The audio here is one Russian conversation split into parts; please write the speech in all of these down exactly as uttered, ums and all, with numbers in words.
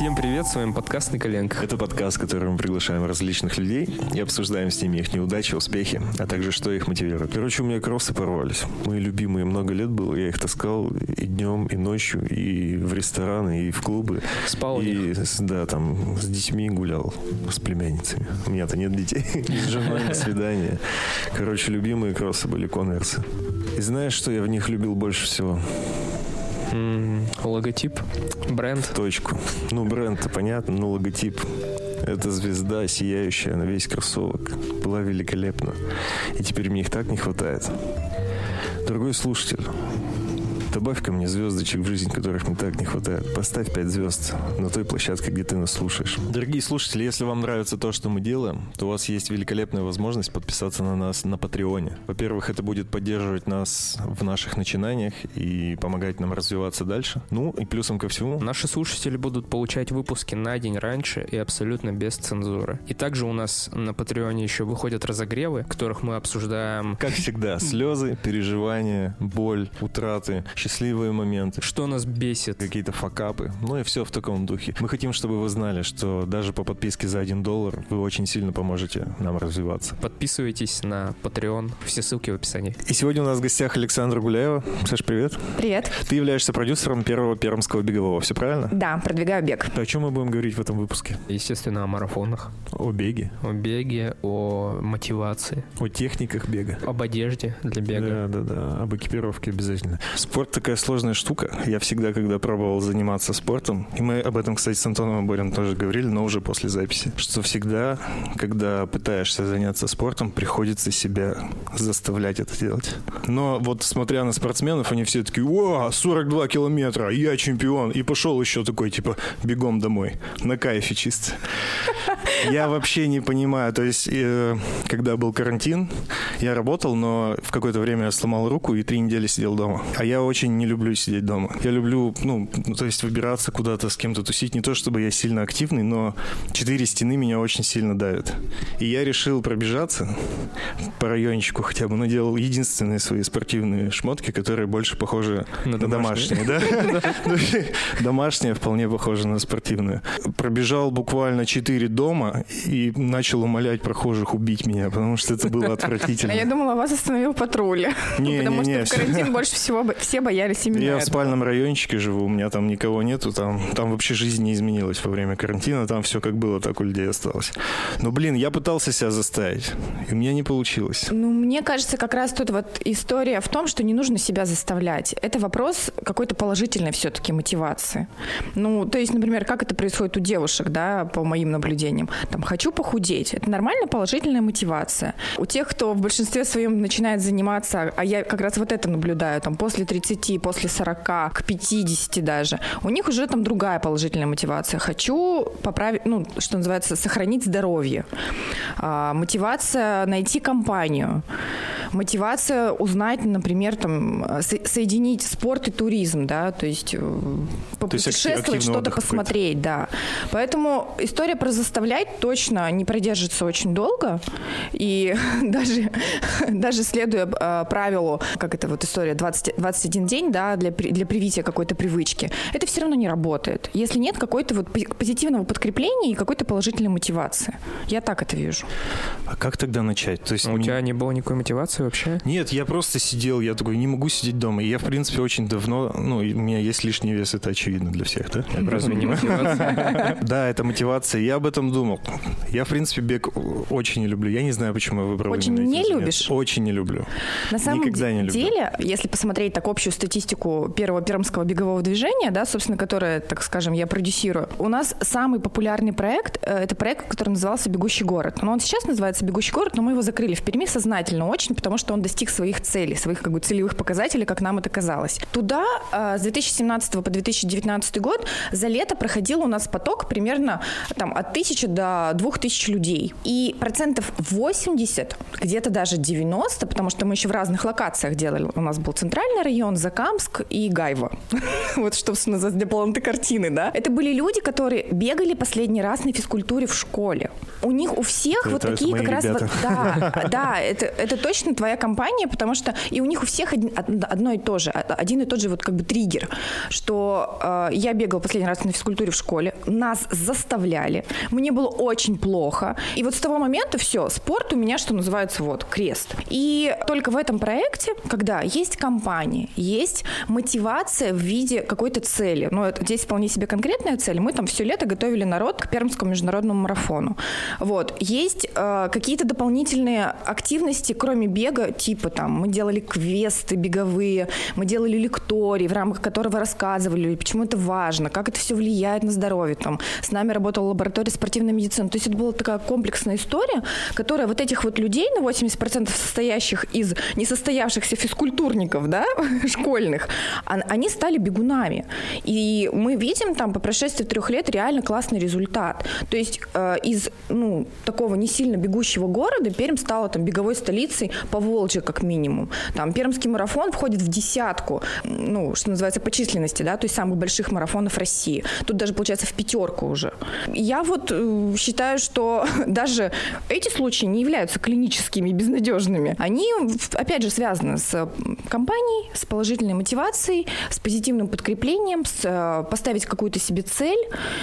Всем привет, с вами подкаст «На коленках». Это подкаст, в котором мы приглашаем различных людей и обсуждаем с ними их неудачи, успехи, а также что их мотивирует. Короче, у меня кроссы порвались. Мои любимые много лет было, я их таскал и днем, и ночью, и в рестораны, и в клубы. Спал и, да, там с детьми гулял, с племянницами. У меня-то нет детей. С женой на свидание. Короче, любимые кроссы были Конверсы. И знаешь, что я в них любил больше всего? Mm, логотип, бренд. В точку. Ну, бренд-то понятно, но логотип. Это звезда, сияющая на весь кроссовок. Была великолепна. И теперь мне их так не хватает. Дорогой слушатель, добавь ко мне звездочек в жизнь, которых мне так не хватает. Поставь пять звезд на той площадке, где ты нас слушаешь. Дорогие слушатели, если вам нравится то, что мы делаем, то у вас есть великолепная возможность подписаться на нас на Патреоне. Во-первых, это будет поддерживать нас в наших начинаниях и помогать нам развиваться дальше. Ну, и плюсом ко всему... Наши слушатели будут получать выпуски на день раньше и абсолютно без цензуры. И также у нас на Патреоне еще выходят разогревы, в которых мы обсуждаем... Как всегда, слезы, переживания, боль, утраты, счастливые моменты. Что нас бесит. Какие-то факапы. Ну и все в таком духе. Мы хотим, чтобы вы знали, что даже по подписке за один доллар вы очень сильно поможете нам развиваться. Подписывайтесь на Patreon. Все ссылки в описании. И сегодня у нас в гостях Александра Гуляева. Саш, привет. Привет. Ты являешься продюсером первого пермского бегового. Все правильно? Да, продвигаю бег. О чем мы будем говорить в этом выпуске? Естественно, о марафонах. О беге. О беге, о мотивации. О техниках бега. Об одежде для бега. Да, да, да. Об экипировке обязательно. Спорт такая сложная штука. Я всегда, когда пробовал заниматься спортом, и мы об этом, кстати, с Антоном Борем тоже говорили, но уже после записи, что всегда, когда пытаешься заняться спортом, приходится себя заставлять это делать. Но вот смотря на спортсменов, они все такие: о, сорок два километра, я чемпион. И пошел еще такой, типа, бегом домой. На кайфе чисто. Я вообще не понимаю. То есть, э, когда был карантин, я работал, но в какое-то время я сломал руку и три недели сидел дома. А я очень не люблю сидеть дома. Я люблю, ну, то есть выбираться куда-то, с кем-то тусить. Не то, чтобы я сильно активный, но четыре стены меня очень сильно давят. И я решил пробежаться по райончику хотя бы. Наделал единственные свои спортивные шмотки, которые больше похожи на, на домашние. Домашние вполне похожи на спортивные. Пробежал буквально четыре дома и начал умолять прохожих убить меня, потому что это было отвратительно. А я думала, вас остановил патруль. Не, потому не, не, что в карантин больше всего все боялись именно Я этого. в спальном райончике живу, у меня там никого нету, там, там вообще жизнь не изменилась во время карантина, там все как было, так у людей осталось. Но, блин, я пытался себя заставить, и у меня не получилось. Ну, мне кажется, как раз тут вот история в том, что не нужно себя заставлять. Это вопрос какой-то положительной все-таки мотивации. Ну, то есть, например, как это происходит у девушек, да, по моим наблюдениям. Там, хочу похудеть. Это нормально положительная мотивация. У тех, кто в большинстве своем начинает заниматься, а я как раз вот это наблюдаю, там, после тридцати, после сорока, к пятидесяти даже, у них уже там другая положительная мотивация. Хочу поправить, ну, что называется, сохранить здоровье. А, мотивация найти компанию. Мотивация узнать, например, там, со- соединить спорт и туризм, да, то есть попутешествовать, что-то посмотреть, да. Поэтому история про заставлять точно не продержится очень долго, и даже, даже следуя э, правилу, как это вот история, двадцать, двадцать один день, да, для, для привития какой-то привычки, это все равно не работает, если нет какой-то вот позитивного подкрепления и какой-то положительной мотивации. Я так это вижу. А как тогда начать? То есть, а у тебя не было никакой мотивации вообще? Нет, я просто сидел, я такой, не могу сидеть дома. И я, в принципе, очень давно, ну, у меня есть лишний вес, это очевидно для всех, да? Разве не мотивация? Да, это мотивация. Я об этом думал. Я, в принципе, бег очень не люблю. Я не знаю, почему я выбрал. Очень не любишь? Очень не люблю. На самом деле, если посмотреть так общую статистику первого пермского бегового движения, да, собственно, которое, так скажем, я продюсирую, у нас самый популярный проект, это проект, который назывался «Бегущий город». Но он сейчас называется «Бегущий город», но мы его закрыли в Перми сознательно очень, потому что он достиг своих целей, своих как бы целевых показателей, как нам это казалось. Туда с две тысячи семнадцатого по две тысячи девятнадцатый год за лето проходил у нас поток примерно там, от тысячи до двух тысяч людей. И процентов восемьдесят, где-то даже девяносто, потому что мы еще в разных локациях делали. У нас был центральный район, Закамск и Гайва. Вот что, собственно, для полноты картины, да. Это были люди, которые бегали последний раз на физкультуре в школе. у них у всех это, вот такие как раз... Вот, да, да это, это точно твоя компания, потому что и у них у всех один, одно и то же, один и тот же вот как бы триггер, что э, я бегала последний раз на физкультуре в школе, нас заставляли, мне было очень плохо, и вот с того момента все, спорт у меня, что называется, вот, крест. И только в этом проекте, когда есть компания, есть мотивация в виде какой-то цели, ну, это, здесь вполне себе конкретная цель, мы там все лето готовили народ к Пермскому международному марафону. Вот. Есть э, какие-то дополнительные активности, кроме бега, типа там мы делали квесты беговые, мы делали лекторий, в рамках которого рассказывали, почему это важно, как это все влияет на здоровье. Там, с нами работала лаборатория спортивной медицины. То есть это была такая комплексная история, которая вот этих вот людей на восемьдесят процентов состоящих из несостоявшихся физкультурников, да, школьных, они стали бегунами. И мы видим там по прошествии трех лет реально классный результат. То есть э, из ну, такого не сильно бегущего города Пермь стала там беговой столицей Поволжья как минимум. Там Пермский марафон входит в десятку, ну, что называется, по численности, да, то есть самых больших марафонов России. Тут даже, получается, в пятерку уже. Я вот э, считаю, что даже эти случаи не являются клиническими и безнадежными. Они, опять же, связаны с компанией, с положительной мотивацией, с позитивным подкреплением, с, э, поставить какую-то себе цель,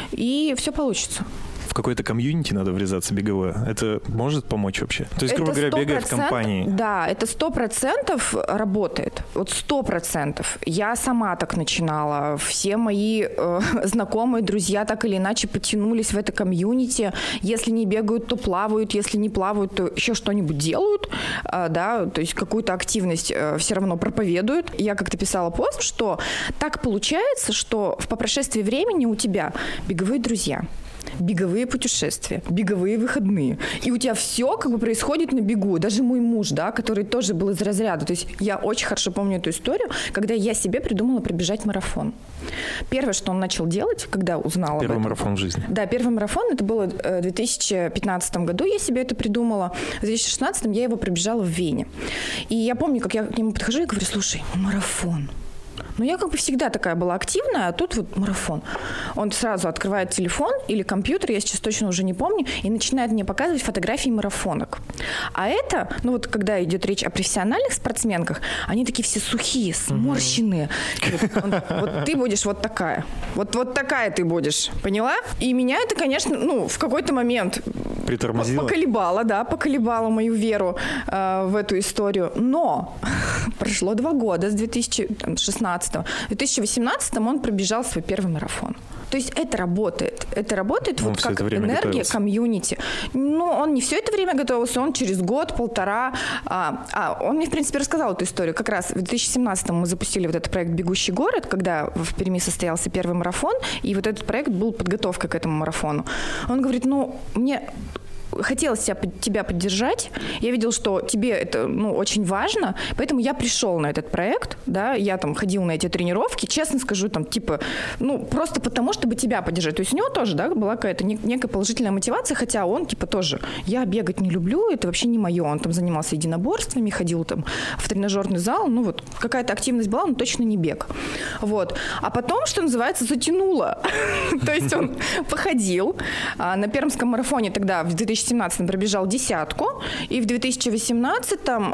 и все получится. В какой-то комьюнити надо врезаться беговое. Это может помочь вообще? То есть, грубо говоря, бегая в компании. Да, это сто процентов работает. Вот сто процентов. Я сама так начинала. Все мои э, знакомые, друзья так или иначе потянулись в это комьюнити. Если не бегают, то плавают. Если не плавают, то еще что-нибудь делают. Э, да, то есть какую-то активность э, все равно проповедуют. Я как-то писала пост, что так получается, что по прошествии времени у тебя беговые друзья, беговые путешествия, беговые выходные. И у тебя все как бы происходит на бегу. Даже мой муж, да, который тоже был из разряда. То есть я очень хорошо помню эту историю, когда я себе придумала пробежать марафон. Первое, что он начал делать, когда узнал об этом. Первый марафон в жизни. Да, первый марафон, это было в две тысячи пятнадцатом году, я себе это придумала. В две тысячи шестнадцатом я его пробежала в Вене. И я помню, как я к нему подхожу и говорю: слушай, марафон. Ну, я как бы всегда такая была активная, а тут вот марафон. Он сразу открывает телефон или компьютер, я сейчас точно уже не помню, и начинает мне показывать фотографии марафонок. А это, ну вот когда идет речь о профессиональных спортсменках, они такие все сухие, сморщенные. Вот, он, вот ты будешь вот такая. Вот, вот такая ты будешь. Поняла? И меня это, конечно, ну, в какой-то момент притормозило. Поколебало, да, поколебало мою веру э, в эту историю. Но прошло два года, с две тысячи шестнадцатого. В две тысячи восемнадцатом он пробежал свой первый марафон. То есть это работает. Это работает он вот как энергия, готовился. Комьюнити. Ну, он не все это время готовился, он через год, полтора. А, а, он мне, в принципе, рассказал эту историю. Как раз в две тысячи семнадцатом мы запустили вот этот проект «Бегущий город», когда в Перми состоялся первый марафон, и вот этот проект был подготовкой к этому марафону. Он говорит: ну, мне... хотелось тебя, тебя поддержать. Я видел, что тебе это, ну, очень важно, поэтому я пришел на этот проект, да, я там ходил на эти тренировки, честно скажу, там, типа, ну, просто потому, чтобы тебя поддержать. То есть у него тоже, да, была какая-то некая положительная мотивация, хотя он, типа, тоже, я бегать не люблю, это вообще не мое. Он там занимался единоборствами, ходил там в тренажерный зал, ну, вот, какая-то активность была, но точно не бег. Вот. А потом, что называется, затянуло. То есть он походил на Пермском марафоне тогда, в две тысячи семнадцатом пробежал десятку, и в две тысячи восемнадцатом,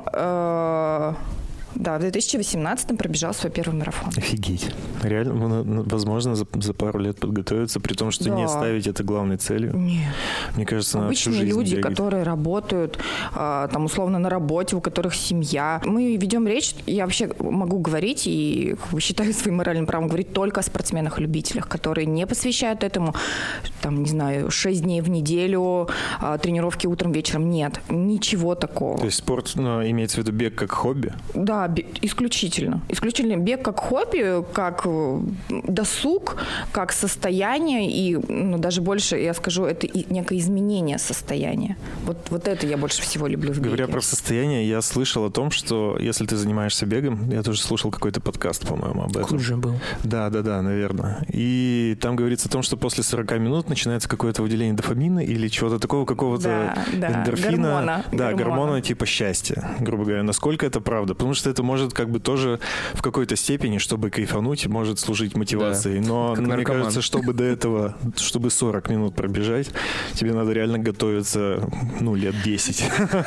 э, да, в две тысячи восемнадцатом пробежал свой первый марафон. Офигеть. Реально, возможно, за, за пару лет подготовиться, при том, что да. не ставить это главной целью. Нет. Мне кажется, на всю жизнь обычные люди, бегать. Которые работают, э, там, условно, на работе, у которых семья. Мы ведем речь, я вообще могу говорить, и считаю своим моральным правом говорить только о спортсменах-любителях, которые не посвящают этому, там, не знаю, шесть дней в неделю, э, тренировки утром, вечером. Нет, ничего такого. То есть спорт, ну, имеется в виду бег как хобби? Да, исключительно. Исключительно бег как хобби, как досуг, как состояние, и ну, даже больше, я скажу, это и некое изменение состояния. Вот, вот это я больше всего люблю в беге. Говоря про состояние, я слышал о том, что если ты занимаешься бегом, я тоже слушал какой-то подкаст, по-моему, об этом. Хуже был. Да, да, да, наверное. И там говорится о том, что после сорока минут начинается какое-то выделение дофамина или чего-то такого, какого-то да, да. эндорфина. Гормона. Да, гормона. гормона типа счастья, грубо говоря. Насколько это правда? Потому что это это может как бы тоже в какой-то степени, чтобы кайфануть, может служить мотивацией. Да. Но мне наркоман. Кажется, чтобы до этого, чтобы сорок минут пробежать, тебе надо реально готовиться, ну, лет десять.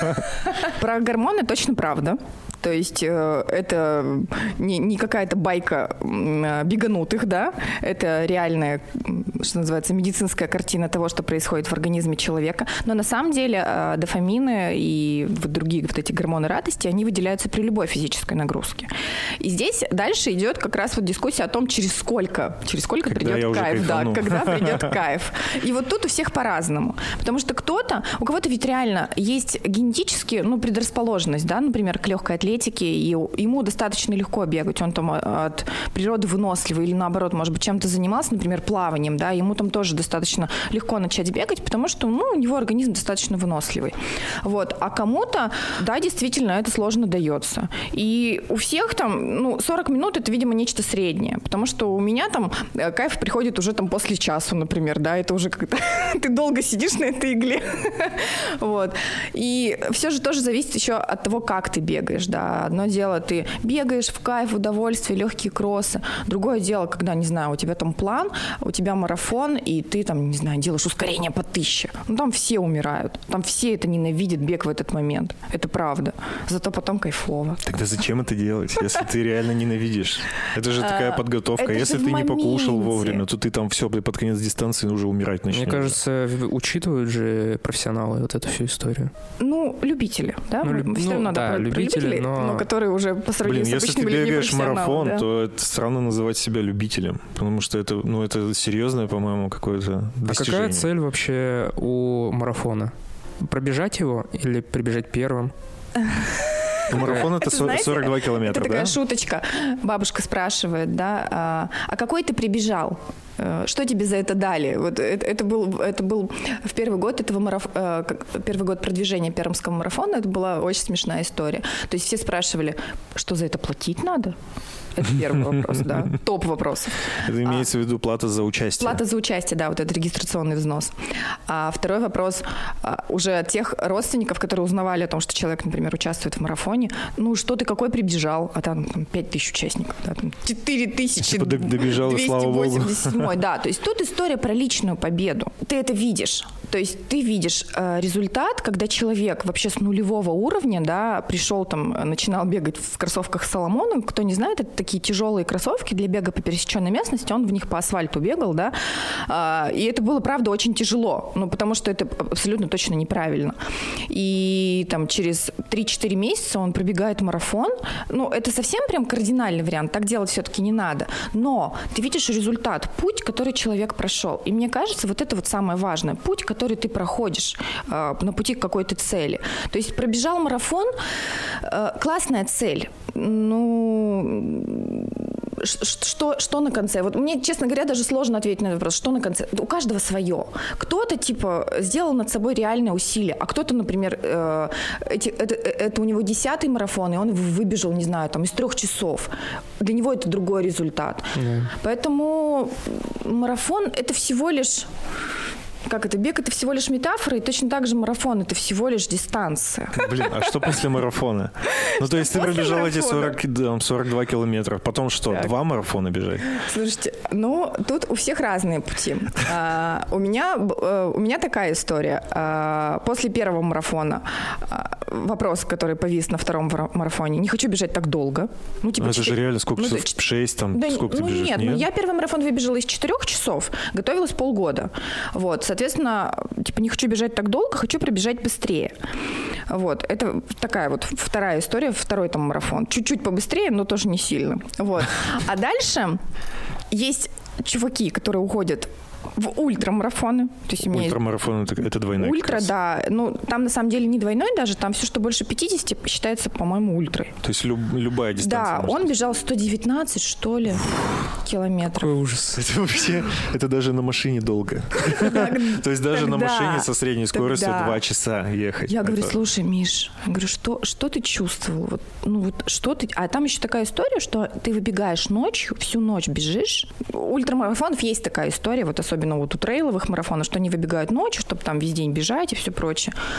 Про гормоны точно правда. То есть э, это не, не какая-то байка э, беганутых, да, это реальная, что называется, медицинская картина того, что происходит в организме человека. Но на самом деле э, дофамины и вот другие вот эти гормоны радости, они выделяются при любой физической нагрузке. И здесь дальше идет как раз вот дискуссия о том, через сколько, через сколько когда придет кайф, да, когда придет кайф. И вот тут у всех по-разному. Потому что кто-то, у кого-то ведь реально есть генетически, ну, предрасположенность, да, например, к легкой атлетике, и ему достаточно легко бегать, он там от природы выносливый или наоборот, может быть, чем-то занимался, например, плаванием, да, ему там тоже достаточно легко начать бегать, потому что, ну, у него организм достаточно выносливый. Вот. А кому-то, да, действительно, это сложно дается. И у всех там, ну, сорок минут это, видимо, нечто среднее, потому что у меня там кайф приходит уже там после часу, например, да, это уже как-то ты долго сидишь на этой игле. Вот. И все же тоже зависит еще от того, как ты бегаешь, да. Одно дело, ты бегаешь в кайф, в удовольствие, легкие кроссы. Другое дело, когда, не знаю, у тебя там план, у тебя марафон, и ты там, не знаю, делаешь ускорение по тысяче. Ну, там все умирают. Там все это ненавидят, бег в этот момент. Это правда. Зато потом кайфово. Тогда зачем это делать, если ты реально ненавидишь? Это же такая подготовка. Если ты не покушал вовремя, то ты там все, под конец дистанции уже умирать начнешь. Мне кажется, учитывают же профессионалы вот эту всю историю. Ну, любители, да? Ну, все равно да, любители, но... но которые уже по сравнению Блин, с обычными людьми людьми если ты бегаешь марафон, да? то это странно называть себя любителем, потому что это, ну, это серьезное, по-моему, какое-то достижение. А какая цель вообще у марафона? Пробежать его или прибежать первым? Марафон это, это сорок два километра, это да? такая шуточка. Бабушка спрашивает, да, а, а какой ты прибежал? Что тебе за это дали? Вот это, это, был, это был в первый год этого мараф... первый год продвижения пермского марафона. Это была очень смешная история. То есть все спрашивали, что за это платить надо? Это первый вопрос, да. Топ вопросов. Это имеется а, в виду плата за участие? Плата за участие, да, вот это регистрационный взнос. А второй вопрос а, уже от тех родственников, которые узнавали о том, что человек, например, участвует в марафоне. Ну, что ты, какой прибежал? А там, там пять тысяч участников, да, там четыре тысячи двести восемьдесят семь. Да, то есть тут история про личную победу. Ты это видишь. То есть ты видишь э, результат, когда человек вообще с нулевого уровня, да, пришел там, начинал бегать в кроссовках Соломона. Кто не знает, это такие тяжелые кроссовки для бега по пересеченной местности. Он в них по асфальту бегал, да. Э, и это было, правда, очень тяжело. Ну, потому что это абсолютно точно неправильно. И там через три-четыре месяца он пробегает марафон. Ну, это совсем прям кардинальный вариант. Так делать все-таки не надо. Но ты видишь результат, путь, который человек прошел. И мне кажется, вот это вот самое важное. Путь, который ты проходишь э, на пути к какой-то цели. То есть пробежал марафон, э, классная цель. Ну, что, что на конце? Вот мне, честно говоря, даже сложно ответить на этот вопрос. Что на конце? У каждого свое. Кто-то, типа, сделал над собой реальное усилие, а кто-то, например, э, эти, это, это у него десятый марафон, и он выбежал, не знаю, там, из трех часов. Для него это другой результат. Mm. Поэтому марафон – это всего лишь... Как это? Бег – это всего лишь метафора, и точно так же марафон – это всего лишь дистанция. Блин, а что после марафона? Ну, то есть ты пробежал эти сорок, сорок два километра, потом что, так. два марафона бежать? Слушайте, ну, тут у всех разные пути. А, у, меня, у меня такая история. А, после первого марафона а, вопрос, который повис на втором марафоне. Не хочу бежать так долго. Ну, типа, это четыре... же реально сколько ну, часов? шесть там? Да, сколько ну, ты бежишь? Нет, нет? Ну, я первый марафон выбежала из четырех часов, готовилась полгода. Вот. Соответственно, типа, не хочу бежать так долго, хочу пробежать быстрее. Вот. Это такая вот вторая история, второй там марафон. Чуть-чуть побыстрее, но тоже не сильно. Вот. А дальше есть чуваки, которые уходят в ультрамарафоны. То есть у меня ультрамарафон есть... это двойной. Ультра, да. Ну, там на самом деле не двойной даже, там все, что больше пятьдесят, считается, по-моему, ультрой. То есть люб, любая дистанция. Да, он быть. бежал сто девятнадцать, что ли, километров. Какой ужас. Это вообще, это даже на машине долго. То есть даже на машине со средней скоростью два часа ехать. Я говорю, слушай, Миш, говорю, что ты чувствовал? Ну вот что ты... А там еще такая история, что ты выбегаешь ночью, всю ночь бежишь. У ультрамарафонов есть такая история, вот особенно вот у трейловых марафонов, что они выбегают ночью, чтобы там весь день бежать и все прочее.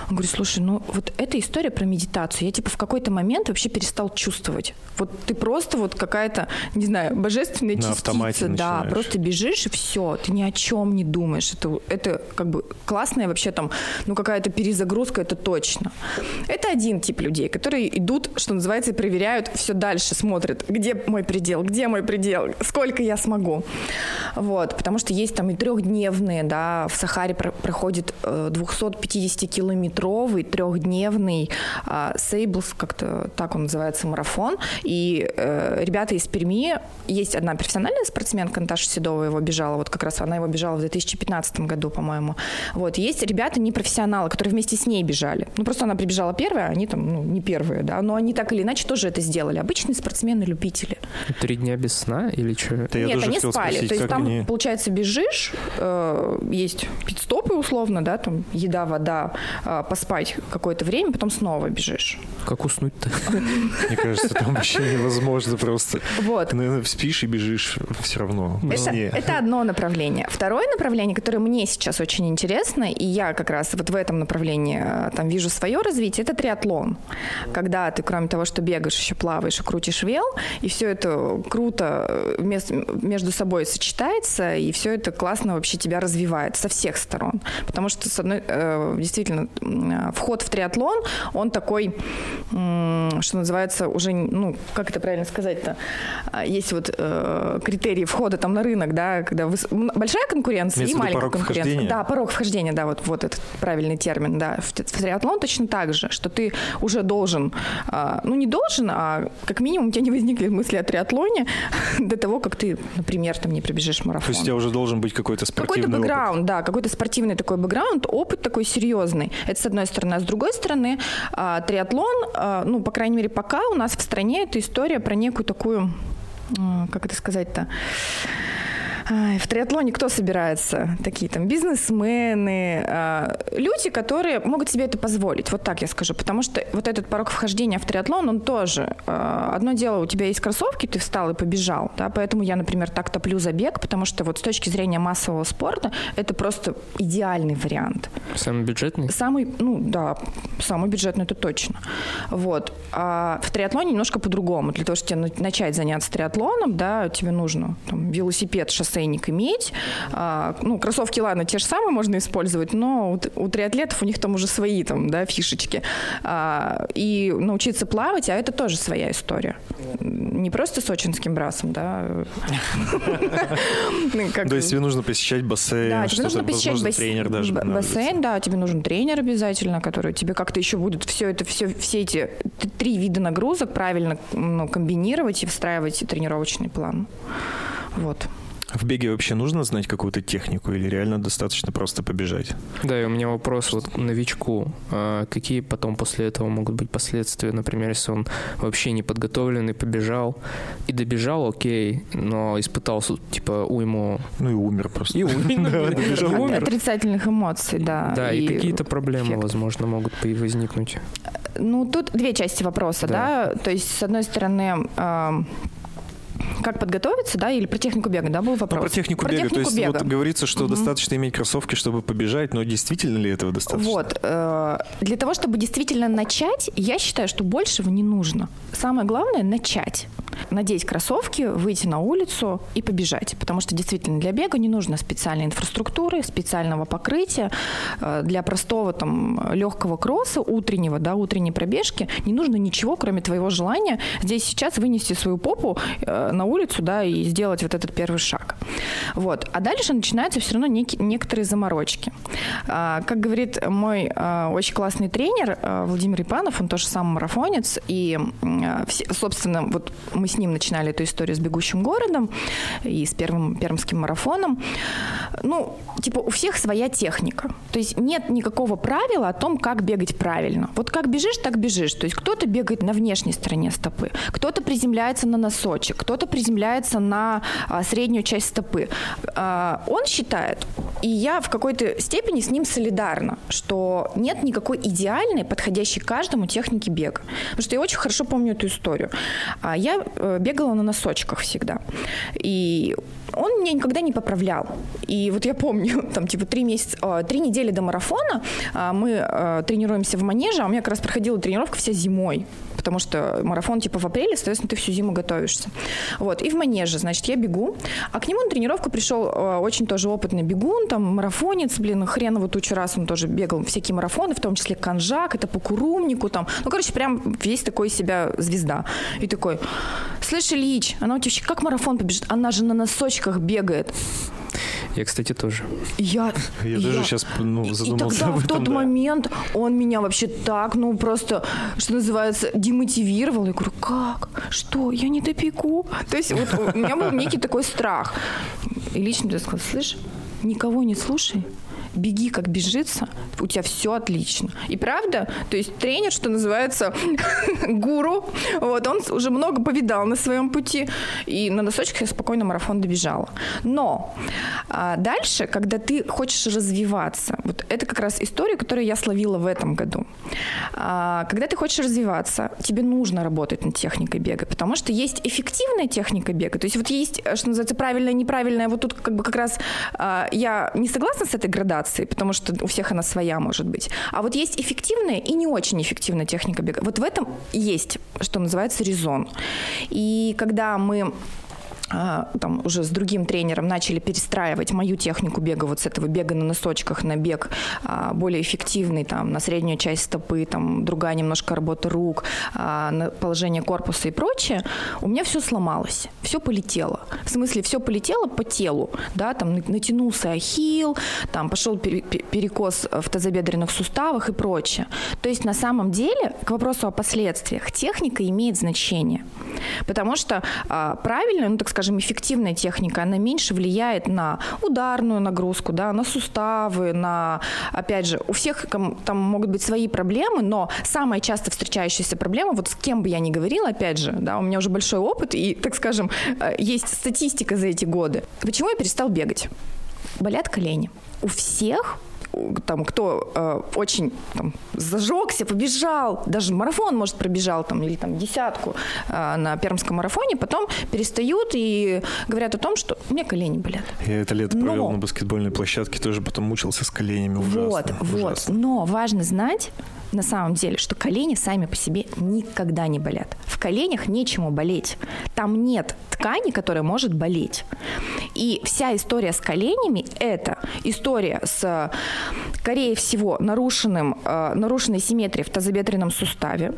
Он говорит, слушай, ну вот эта история про медитацию, я типа в какой-то момент вообще перестал чувствовать. Вот ты просто вот какая-то, не знаю, божественная на частица, да, просто бежишь и все, ты ни о чем не думаешь. Это, это как бы классная вообще там, ну какая-то перезагрузка, это точно. Это один тип людей, которые идут, что называется, и проверяют все дальше, смотрят, где мой предел, где мой предел, сколько я смогу. Вот, потому что есть там и трехдневные, да, в Сахаре про- проходит э, двухсотпятидесятикилометровый трехдневный э, Сейблс, как-то так он называется, марафон. И э, ребята из Перми, есть одна профессиональная спортсменка, Наташа Седова его бежала, вот как раз она его бежала в две тысячи пятнадцатом году, по-моему. Вот, есть ребята непрофессионалы, которые вместе с ней бежали. Ну, просто она прибежала первая, а они там, ну, не первые, да, но они так или иначе тоже это сделали. Обычные спортсмены-любители. Три дня без сна или что? Это Нет, они спали. Спросить, то есть там, они... получается, бежишь, э, есть пит-стопы условно, да, там еда, вода, э, поспать какое-то время, потом снова бежишь. Как уснуть-то? Мне кажется, там вообще невозможно просто. Вот. Наверное, спишь и бежишь все равно. Это, это одно направление. Второе направление, которое мне сейчас очень интересно, и я как раз вот в этом направлении там вижу свое развитие, это триатлон. Когда ты, кроме того, что бегаешь, еще плаваешь и крутишь вел, и все это круто между собой сочетается, и все это классно вообще тебя развивает со всех сторон. Потому что, с одной, действительно, вход в триатлон, он такой, что называется, уже, ну, как это правильно сказать-то, есть вот критерии входа там на рынок, да, когда выс... большая конкуренция и маленькая конкуренция. Вхождения? Да, порог вхождения, да, вот, вот этот правильный термин, да. В, в триатлон точно так же, что ты уже должен, ну, не должен, а как минимум у тебя не возникли мысли о триатлоне до того, как ты, например, там не пробежишь марафон. То есть у тебя уже должен быть какой-то спортивный Какой-то бэкграунд, опыт. да, какой-то спортивный такой бэкграунд, опыт такой серьезный. Это с одной стороны. А с другой стороны, триатлон, ну, по крайней мере, пока у нас в стране это история про некую такую, как это сказать-то, в триатлоне кто собирается? Такие там бизнесмены, люди, которые могут себе это позволить, вот так я скажу, потому что вот этот порог вхождения в триатлон, он тоже, одно дело, у тебя есть кроссовки, ты встал и побежал, да, поэтому я, например, так топлю за бег, потому что вот с точки зрения массового спорта это просто идеальный вариант. Самый бюджетный? Самый, ну да, самый бюджетный, это точно. Вот. А в триатлоне немножко по-другому. Для того, чтобы тебе начать заняться триатлоном, да, тебе нужно там, велосипед, шоссе иметь. А, ну, кроссовки, ладно, те же самые можно использовать, но у, у триатлетов у них там уже свои там, да, фишечки. А, и научиться плавать, а это тоже своя история. Не просто сочинским брасом, да. То есть тебе нужно посещать бассейн, да, тебе нужно посещать тренер даже бассейн, да, тебе нужен тренер обязательно, который тебе как-то еще будет все это, все, все эти три вида нагрузок правильно, ну, комбинировать и встраивать тренировочный план. Вот. В беге вообще нужно знать какую-то технику или реально достаточно просто побежать? Да, и у меня вопрос вот к новичку. А какие потом после этого могут быть последствия? Например, если он вообще не подготовленный, побежал и добежал, окей, но испытал, типа, уйму... Ну и умер просто. И умер. Отрицательных эмоций, да. Да, и какие-то проблемы, возможно, могут возникнуть. Ну, тут две части вопроса, да. То есть, с одной стороны... Как подготовиться, да, или про технику бега, да, был вопрос? Ну, про технику про бега. Технику То есть бега. вот говорится, что угу. достаточно иметь кроссовки, чтобы побежать, но действительно ли этого достаточно? Вот. Э, для того, чтобы действительно начать, я считаю, что большего не нужно. Самое главное – начать. Надеть кроссовки, выйти на улицу и побежать. Потому что действительно для бега не нужно специальной инфраструктуры, специального покрытия. Для простого там легкого кросса, утреннего, да, утренней пробежки не нужно ничего, кроме твоего желания здесь сейчас вынести свою попу на улицу, да, и сделать вот этот первый шаг. Вот. А дальше начинаются все равно некие, некоторые заморочки. Как говорит мой очень классный тренер Владимир Ипанов, он тоже сам марафонец, и, собственно, вот мы с ним начинали эту историю с «Бегущим городом» и с первым пермским марафоном. Ну, типа, у всех своя техника. То есть нет никакого правила о том, как бегать правильно. Вот как бежишь, так бежишь. То есть кто-то бегает на внешней стороне стопы, кто-то приземляется на носочек, кто-то приземляется на а, среднюю часть стопы. А, он считает, и я в какой-то степени с ним солидарна, что нет никакой идеальной, подходящей каждому техники бега. Потому что я очень хорошо помню эту историю. А, я бегала на носочках всегда. И он меня никогда не поправлял. И вот я помню, там типа три месяца, три недели до марафона мы тренируемся в манеже, а у меня как раз проходила тренировка вся зимой, потому что марафон типа в апреле, соответственно, ты всю зиму готовишься. Вот, и в манеже, значит, я бегу, а к нему на тренировку пришел очень тоже опытный бегун, там, марафонец, блин, хреново тучу раз он тоже бегал всякие марафоны, в том числе Канжак, это по Курумнику, там, ну, короче, прям весь такой себя звезда. И такой, слышь, Ильич, она у тебя вообще как марафон побежит? Она же на носочках бегает. Я, кстати, тоже. Я, я, я тоже сейчас ну, задумался и тогда, об этом, в тот да. момент он меня вообще так, ну, просто, что называется, демотивировал. Я говорю, как? Что? Я не допеку? То есть вот у меня был некий такой страх. И лично мне сказал, слышь, никого не слушай. Беги, как бежится, у тебя все отлично. И правда, то есть тренер, что называется, гуру, вот, он уже много повидал на своем пути, и на носочках я спокойно марафон добежала. Но а дальше, когда ты хочешь развиваться, вот это как раз история, которую я словила в этом году. А, когда ты хочешь развиваться, тебе нужно работать над техникой бега, потому что есть эффективная техника бега, то есть вот есть, что называется, правильная, неправильная, вот тут как бы как раз а, я не согласна с этой градацией, потому что у всех она своя может быть. А вот есть эффективная и не очень эффективная техника бега. Вот в этом есть, что называется, резон. И когда мы там уже с другим тренером начали перестраивать мою технику бега вот с этого бега на носочках на бег а, более эффективный, там, на среднюю часть стопы, там, другая немножко работа рук, а, на положение корпуса и прочее, у меня все сломалось, все полетело. В смысле, все полетело по телу, да, там натянулся ахилл, там пошел перекос в тазобедренных суставах и прочее. То есть на самом деле, к вопросу о последствиях, техника имеет значение, потому что а, правильно, ну, так сказать, скажем, эффективная техника, она меньше влияет на ударную нагрузку, да, на суставы, на, опять же, у всех там могут быть свои проблемы, но самая часто встречающаяся проблема, вот с кем бы я ни говорила, опять же, да, у меня уже большой опыт, и, так скажем, есть статистика за эти годы. Почему я перестал бегать? Болят колени. У всех там, кто э, очень там, зажегся, побежал, даже марафон, может, пробежал там, или там десятку э, на пермском марафоне, потом перестают и говорят о том, что у меня колени болят. Я это лето но... провел на баскетбольной площадке, тоже потом мучился с коленями. Ужасно, вот, ужасно. вот. Но важно знать, на самом деле, что колени сами по себе никогда не болят. В коленях нечему болеть. Там нет ткани, которая может болеть. И вся история с коленями – это история с, скорее всего, нарушенным, э, нарушенной симметрией в тазобедренном суставе,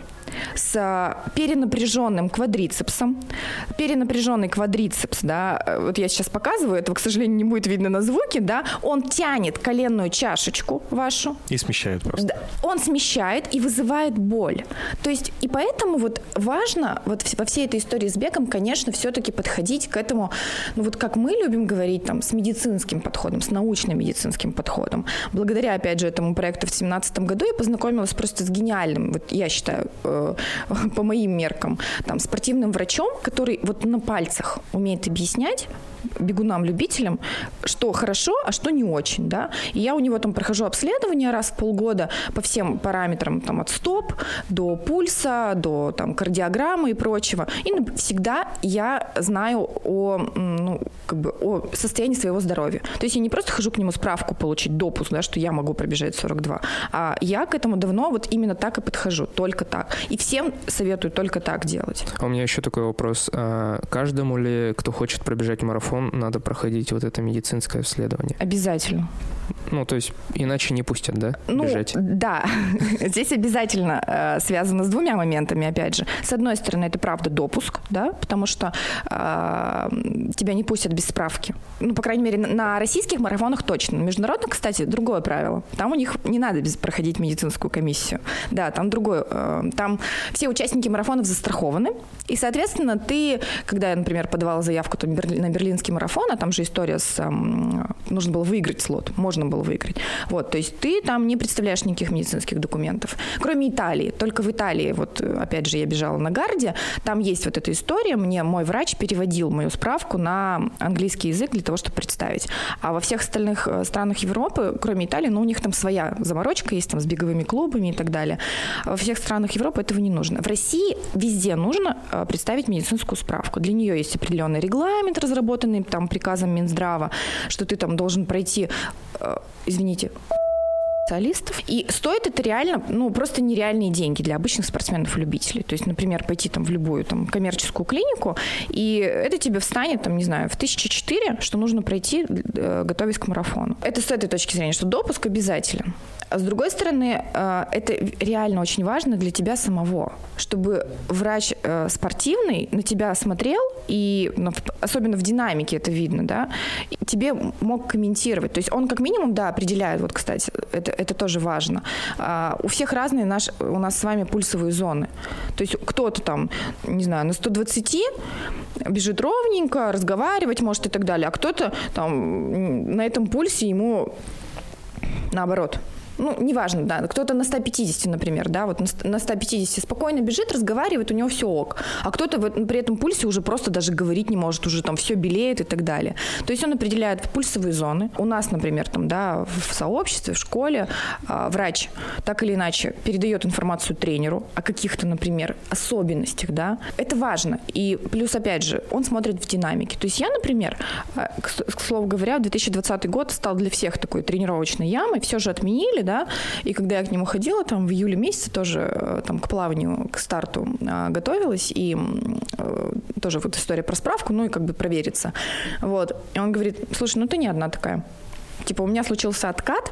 с перенапряженным квадрицепсом. Перенапряженный квадрицепс, да, вот я сейчас показываю, этого, к сожалению, не будет видно на звуке, да, он тянет коленную чашечку вашу. И смещает просто. Да, он смещает и вызывает боль. То есть, и поэтому вот важно вот во всей этой истории с бегом, конечно, все-таки подходить к этому, ну вот как мы любим говорить, там, с медицинским подходом, с научно-медицинским подходом. Благодаря, опять же, этому проекту в две тысячи семнадцатом году я познакомилась просто с гениальным, вот я считаю, по моим меркам, там, спортивным врачом, который вот на пальцах умеет объяснять бегунам-любителям, что хорошо, а что не очень, да. И я у него там прохожу обследование раз в полгода по всем параметрам, там, от стоп до пульса, до там кардиограммы и прочего. И всегда я знаю о, ну, как бы, о состоянии своего здоровья. То есть я не просто хожу к нему справку получить, допуск, да, что я могу пробежать сорок два, а я к этому давно вот именно так и подхожу, только так. И всем советую только так делать. А у меня еще такой вопрос. А каждому ли, кто хочет пробежать марафон, надо проходить вот это медицинское обследование? Обязательно. Ну, то есть иначе не пустят, да, ну, бежать? Да. Здесь обязательно э, связано с двумя моментами, опять же. С одной стороны, это правда допуск, да, потому что э, тебя не пустят без справки. Ну, по крайней мере, на, на российских марафонах точно. На международных, кстати, другое правило. Там у них не надо без, проходить медицинскую комиссию. Да, там другое. Э, там все участники марафонов застрахованы. И, соответственно, ты, когда я, например, подавала заявку там, на берлинский марафон, а там же история с... Э, нужно было выиграть слот. Можно было выиграть. Вот, то есть ты там не представляешь никаких медицинских документов. Кроме Италии. Только в Италии, вот опять же, я бежала на Гарде, там есть вот эта история, мне мой врач переводил мою справку на английский язык для того, чтобы представить. А во всех остальных странах Европы, кроме Италии, ну, у них там своя заморочка есть, там, с беговыми клубами и так далее. А во всех странах Европы это этого не нужно. В России везде нужно представить медицинскую справку. Для нее есть определенный регламент, разработанный там приказом Минздрава, что ты там должен пройти, извините, специалистов. И стоит это реально, ну, просто нереальные деньги для обычных спортсменов и любителей. То есть, например, пойти там в любую там коммерческую клинику, и это тебе встанет, там, не знаю, в тысяча четыре, что нужно пройти, готовясь к марафону. Это с этой точки зрения, что допуск обязателен. А с другой стороны, это реально очень важно для тебя самого, чтобы врач спортивный на тебя смотрел, и особенно в динамике это видно, да, тебе мог комментировать. То есть он как минимум, да, определяет, вот, кстати, это, это тоже важно. У всех разные наш, у нас с вами пульсовые зоны. То есть кто-то там, не знаю, на сто двадцать бежит ровненько, разговаривать может и так далее, а кто-то там на этом пульсе ему наоборот. Ну, неважно, да, кто-то на сто пятьдесят, например, да, вот на сто пятьдесят спокойно бежит, разговаривает, у него все ок, а кто-то в, при этом пульсе уже просто даже говорить не может, уже там все белеет и так далее. То есть он определяет пульсовые зоны. У нас, например, там, да, в сообществе, в школе а, врач так или иначе передает информацию тренеру о каких-то, например, особенностях, да. Это важно. И плюс, опять же, он смотрит в динамике. То есть я, например, к, к слову говоря, две тысячи двадцатый год стал для всех такой тренировочной ямой, все же отменили, да, и когда я к нему ходила, там, в июле месяце тоже там, к плаванию, к старту а, готовилась, и а, тоже вот история про справку, ну, и как бы провериться, вот, и он говорит, слушай, ну, ты не одна такая, типа, у меня случился откат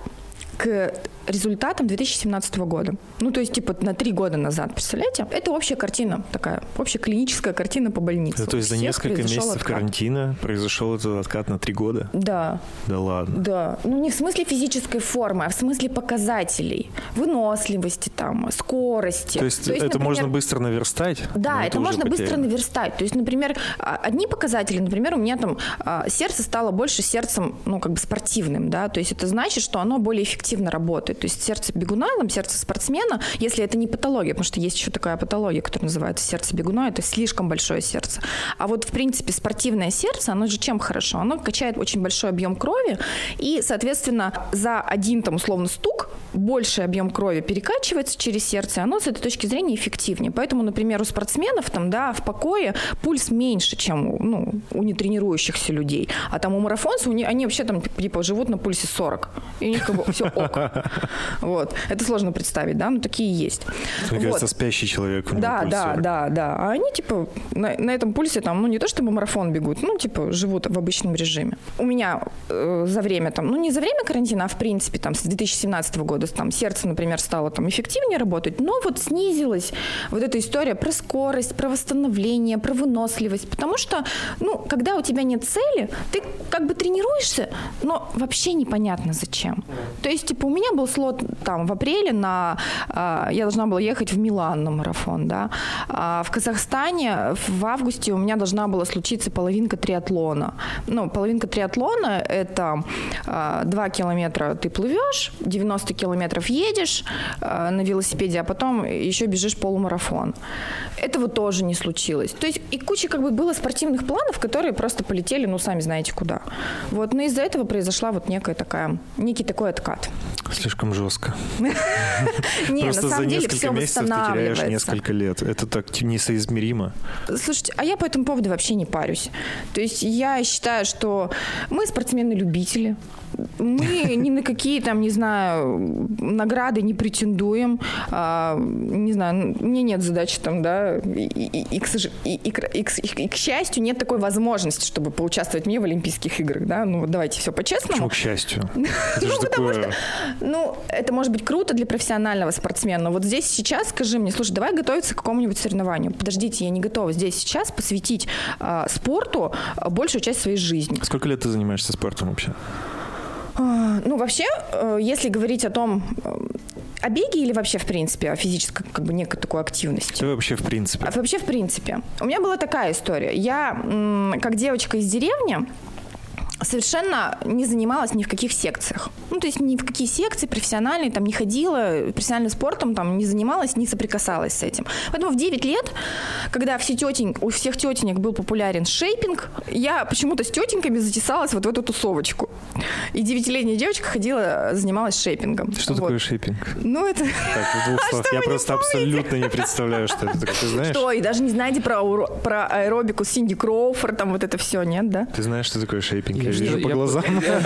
к результатам две тысячи семнадцатого года. Ну, то есть, типа, на три года назад, представляете? Это общая картина такая, общая клиническая картина по больнице. Это, то есть за несколько месяцев откат. Карантина произошел этот откат на три года? Да. Да ладно? Да. Ну, не в смысле физической формы, а в смысле показателей. Выносливости, там, скорости. То есть, то есть это например, можно быстро наверстать? Да, это, это можно быстро наверстать. То есть, например, одни показатели, например, у меня там сердце стало больше сердцем, ну, как бы спортивным, да, то есть это значит, что оно более эффективно работает. То есть сердце бегуна, там, сердце спортсмена, если это не патология, потому что есть еще такая патология, которая называется сердце бегуна, это слишком большое сердце. А вот, в принципе, спортивное сердце, оно же чем хорошо? Оно качает очень большой объем крови, и, соответственно, за один, там, условно, стук больший объем крови перекачивается через сердце, и оно с этой точки зрения эффективнее. Поэтому, например, у спортсменов там, да, в покое пульс меньше, чем у, ну, у нетренирующихся людей. А там у марафонцев, они вообще там типа живут на пульсе сорок. И у них как бы все ок. Вот. Это сложно представить, да, но такие есть. Мне вот. кажется, спящий человек. Да, да, да, да. А они типа на, на этом пульсе там, ну не то чтобы марафон бегут, ну типа живут в обычном режиме. У меня э, за время там, ну не за время карантина, а в принципе там с две тысячи семнадцатого года там сердце, например, стало там эффективнее работать, но вот снизилась вот эта история про скорость, про восстановление, про выносливость, потому что, ну, когда у тебя нет цели, ты как бы тренируешься, но вообще непонятно зачем. То есть, типа, у меня был слот там в апреле на, э, я должна была ехать в Милан на марафон, да, а в Казахстане в августе у меня должна была случиться половинка триатлона. Ну, половинка триатлона – это э, два километра ты плывешь, девяносто километров едешь э, на велосипеде, а потом еще бежишь полумарафон. Этого тоже не случилось. То есть и куча как бы было спортивных планов, которые просто полетели, ну, сами знаете куда. Вот, но из-за этого произошла вот некая такая, некий такой откат. Слишком жестко. Не, на Просто за самом деле несколько все месяцев ты теряешь восстанавливается. несколько лет. Это так несоизмеримо. Слушайте, а я по этому поводу вообще не парюсь. То есть я считаю, что мы спортсмены-любители. Мы ни на какие там, не знаю, награды не претендуем. А, не знаю, мне нет задачи там, да, и, и, и, к, и, и, и, и, к счастью, нет такой возможности, чтобы поучаствовать мне в Олимпийских играх, да. Ну вот давайте все по-честному. Почему к счастью? Ну, потому что, ну, это может быть круто для профессионального спортсмена, но вот здесь сейчас скажи мне, слушай, давай готовиться к какому-нибудь соревнованию. Подождите, я не готова здесь сейчас посвятить а, спорту большую часть своей жизни. Сколько лет ты занимаешься спортом вообще? Ну, вообще, если говорить о том, о беге или вообще, в принципе, о физической, как бы, некой такой активности? Да вообще, в принципе. Вообще, в принципе. У меня была такая история. Я, как девочка из деревни, совершенно не занималась ни в каких секциях. Ну, то есть ни в какие секции профессиональные там не ходила, профессиональным спортом там не занималась, не соприкасалась с этим. Поэтому в девять лет, когда все тетень, у всех тетенек был популярен шейпинг, я почему-то с тетеньками затесалась вот в эту тусовочку. И девятилетняя девочка ходила, занималась шейпингом. Что вот. Такое шейпинг? Ну, это... Так, в двух словах. Я просто абсолютно не представляю, что это. Ты знаешь? Что, и даже не знаете про, про аэробику Синди Кроуфорд, там вот это все, нет, да? Ты знаешь, что такое шейпинг? Я, я вижу по глазам.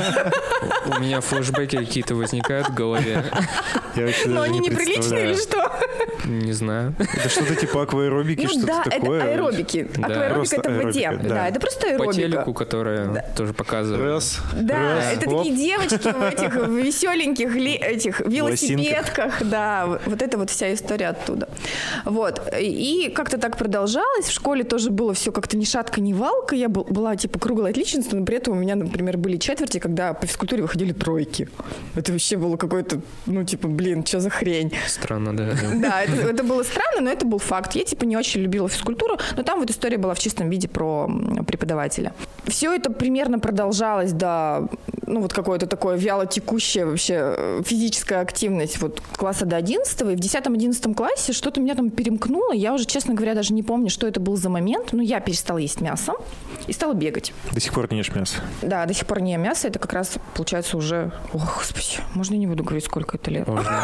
У меня флешбеки какие-то возникают в голове. Но они неприличные или что? Не знаю. Это что-то типа акваэробики, что-то да, такое? это аэробики. Акваэробика это в воде. Да, это просто аэробика. По телеку, которая тоже показывает. Раз. Да, это такие девочки в этих веселеньких этих велосипедках. Да, вот это вот вся история оттуда. Вот. И как-то так продолжалось. В школе тоже было все как-то ни шатка, ни валка. Я была типа круглая отличница, но при этом у меня, например, были четверти, когда по физкультуре выходили тройки. Это вообще было какое-то, ну, типа, блин, что за хрень? Странно, да. Да, это, это было странно, но это был факт. Я, типа, не очень любила физкультуру, но там вот история была в чистом виде про преподавателя. Все это примерно продолжалось до, ну, вот какое-то такое вялотекущее вообще физическая активность вот класса до одиннадцатого. И в десятом-одиннадцатом классе что-то меня там перемкнуло. Я уже, честно говоря, даже не помню, что это был за момент, но я перестала есть мясо и стала бегать. До сих пор не ешь мясо? Да, до сих пор не ем мясо. Это как раз, получается, уже... О, Господи, можно я не буду говорить, сколько это лет? Можно.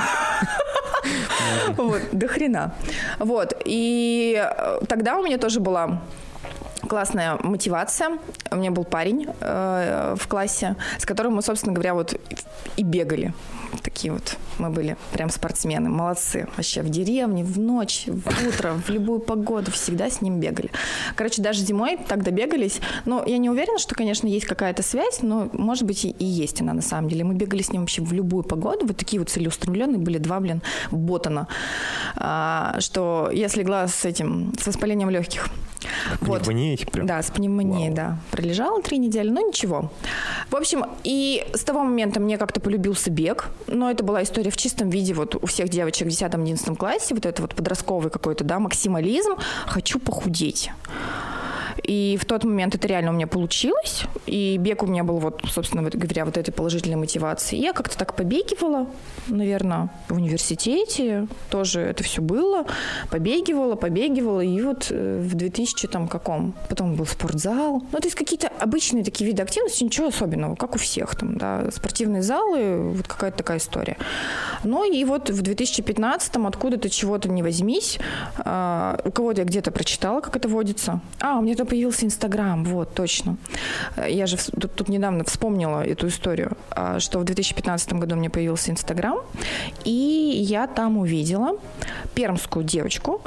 Вот, до хрена. Вот, и тогда у меня тоже была классная мотивация. У меня был парень э, в классе, с которым мы, собственно говоря, вот и бегали. Такие вот мы были прям спортсмены, молодцы. Вообще в деревне, в ночь, в утро, в любую погоду всегда с ним бегали. Короче, даже зимой так добегались. Но я не уверена, что, конечно, есть какая-то связь, но, может быть, и, и есть она на самом деле. Мы бегали с ним вообще в любую погоду. Вот такие вот целеустремленные были два, блин, ботана. А, что я слегла с этим, с воспалением легких. Вот. Пневмонией прям? Да, с пневмонией, Вау. да. Пролежала три недели, но ничего. В общем, и с того момента мне как-то полюбился бег, но это была история в чистом виде вот у всех девочек в десятом-одиннадцатом классе, вот это вот подростковый какой-то, да, максимализм, хочу похудеть. И в тот момент это реально у меня получилось. И бег у меня был, вот, собственно говоря, вот этой положительной мотивацией. И я как-то так побегивала, наверное, в университете. Тоже это все было. Побегивала, побегивала. И вот в две тысячи там каком? Потом был спортзал. Ну, то есть какие-то обычные такие виды активности, ничего особенного, как у всех там, да. Спортивные залы, вот какая-то такая история. Ну, и вот в две тысячи пятнадцатом откуда-то чего-то не возьмись. А, у кого-то я где-то прочитала, как это водится. А, у меня там появился Инстаграм, вот, точно. Я же тут, тут недавно вспомнила эту историю, что в две тысячи пятнадцатом году мне появился Инстаграм, и я там увидела пермскую девочку,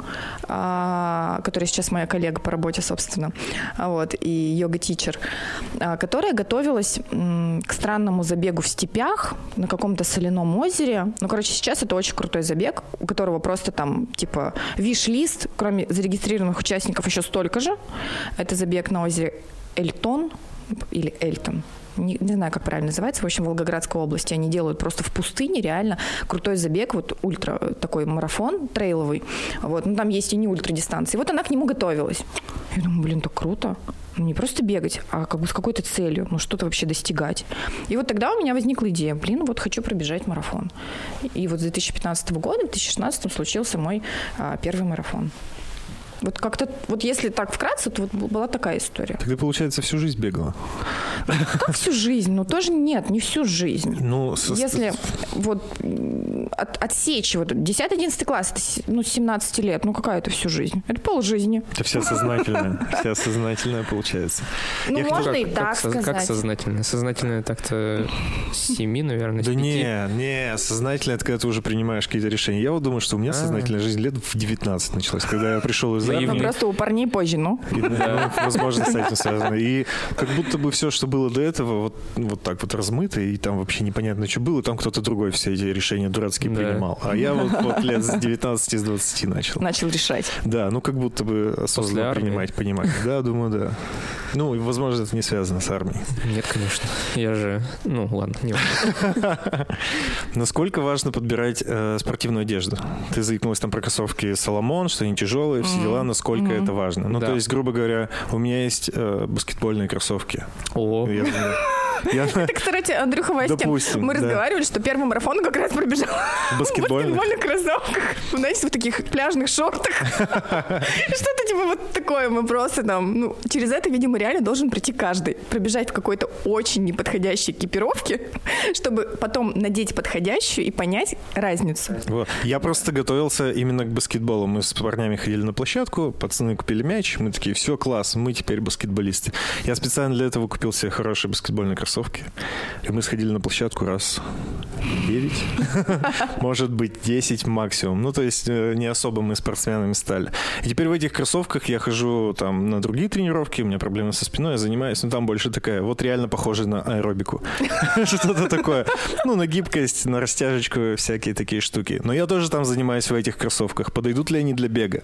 которая сейчас моя коллега по работе, собственно, вот, и йога-тичер, которая готовилась к странному забегу в степях на каком-то соляном озере. Ну, короче, сейчас это очень крутой забег, у которого просто там, типа, виш-лист, кроме зарегистрированных участников, еще столько же. Это забег на озере Эльтон или Эльтон. Не, не знаю, как правильно называется. В общем, в Волгоградской области они делают просто в пустыне реально крутой забег, вот ультра такой марафон трейловый. Вот, ну там есть и не ультрадистанции. Вот она к нему готовилась. Я думаю, блин, так круто. Ну, не просто бегать, а как бы с какой-то целью, ну, что-то вообще достигать. И вот тогда у меня возникла идея, блин, вот хочу пробежать марафон. И вот с две тысячи пятнадцатого года, в две тысячи шестнадцатом случился мой а, первый марафон. Вот как-то, вот если так вкратце, то вот была такая история. Так ты, получается, всю жизнь бегала? Как всю жизнь? Ну, тоже нет, не всю жизнь. Ну, со... Если вот от, отсечь, вот десятый-одиннадцатый класс, это, ну, семнадцать лет, ну, какая это всю жизнь? Это полжизни. Это вся сознательная, вся сознательная получается. Ну, Я можно и так сказать. Как сознательная? Сознательная так-то с семи, наверное, с Да пяти. не, не, сознательная, это когда ты уже принимаешь какие-то решения. Я вот думаю, что у меня сознательная жизнь лет в девятнадцать началась, когда я пришел из Ну, просто у парней позже, ну. И, да, ну, возможно, с этим связано. И как будто бы все, что было до этого, вот, вот так вот размыто, и там вообще непонятно, что было, там кто-то другой все эти решения дурацкие да. принимал. А я вот, вот лет с девятнадцати, с двадцати начал. Начал решать. Да, ну как будто бы осознанно принимать, понимать. Да, думаю, да. Ну, и, возможно, это не связано с армией. Нет, конечно. Я же... Ну, ладно, не важно. Насколько важно подбирать э, спортивную одежду? Ты заикнулась там про кроссовки Соломон, что они тяжелые, все дела, насколько mm-hmm. это важно. Ну, да. то есть, грубо говоря, у меня есть э, баскетбольные кроссовки. О. Я думаю, Я... Это, кстати, Андрюха Васькин, Допустим, мы да. разговаривали, что первый марафон как раз пробежал в баскетбольных кроссовках, знаете, в таких пляжных шортах. Что-то типа вот такое. Мы просто там, ну, через это, видимо, реально должен прийти каждый. Пробежать в какой-то очень неподходящей экипировке, чтобы потом надеть подходящую и понять разницу. Вот. Я просто готовился именно к баскетболу. Мы с парнями ходили на площадку, пацаны купили мяч, мы такие, все, класс, мы теперь баскетболисты. Я специально для этого купил себе хорошие баскетбольные кроссовки, и мы сходили на площадку раз девять, может быть, десять максимум. Ну, то есть не особо мы спортсменами стали. И теперь в этих кроссовках я хожу там на другие тренировки, у меня проблемы со спиной, я занимаюсь, но там больше такая, вот реально похоже на аэробику. Что-то такое. Ну, на гибкость, на растяжечку, всякие такие штуки. Но я тоже там занимаюсь в этих кроссовках. Подойдут ли они для бега?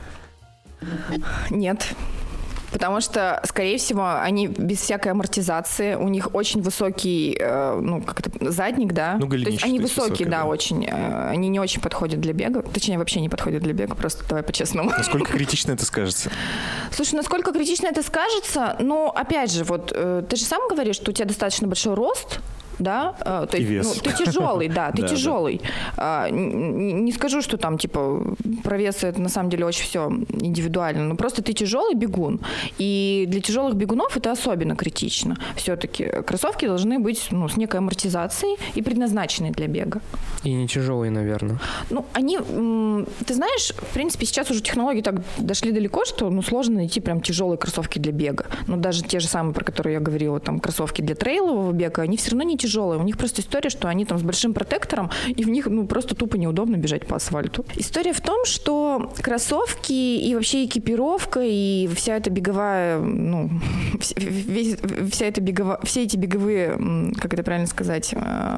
Нет. Потому что, скорее всего, они без всякой амортизации, у них очень высокий, э, ну, как это, задник, да? Ну, то есть они высокие, высокая, да, да, очень. Э, они не очень подходят для бега. Точнее, вообще не подходят для бега, просто давай по-честному. Насколько критично это скажется? Слушай, насколько критично это скажется? Ну, опять же, вот э, ты же сам говоришь, что у тебя достаточно большой рост, да, то и есть, вес. Ну, ты тяжелый, да, ты да, тяжелый. Да. Не, не скажу, что там, типа, про вес это на самом деле очень все индивидуально, но просто ты тяжелый бегун. И для тяжелых бегунов это особенно критично. Все-таки кроссовки должны быть, ну, с некой амортизацией и предназначены для бега. И не тяжелые, наверное. Ну, они, ты знаешь, в принципе, сейчас уже технологии так дошли далеко, что, ну, сложно найти прям тяжелые кроссовки для бега. Но даже те же самые, про которые я говорила, там, кроссовки для трейлового бега, они все равно не тяжелые. У них просто история, что они там с большим протектором, и в них, ну, просто тупо неудобно бежать по асфальту. История в том, что кроссовки и вообще экипировка, и вся эта беговая, ну, весь, вся эта беговая, все эти беговые, как это правильно сказать,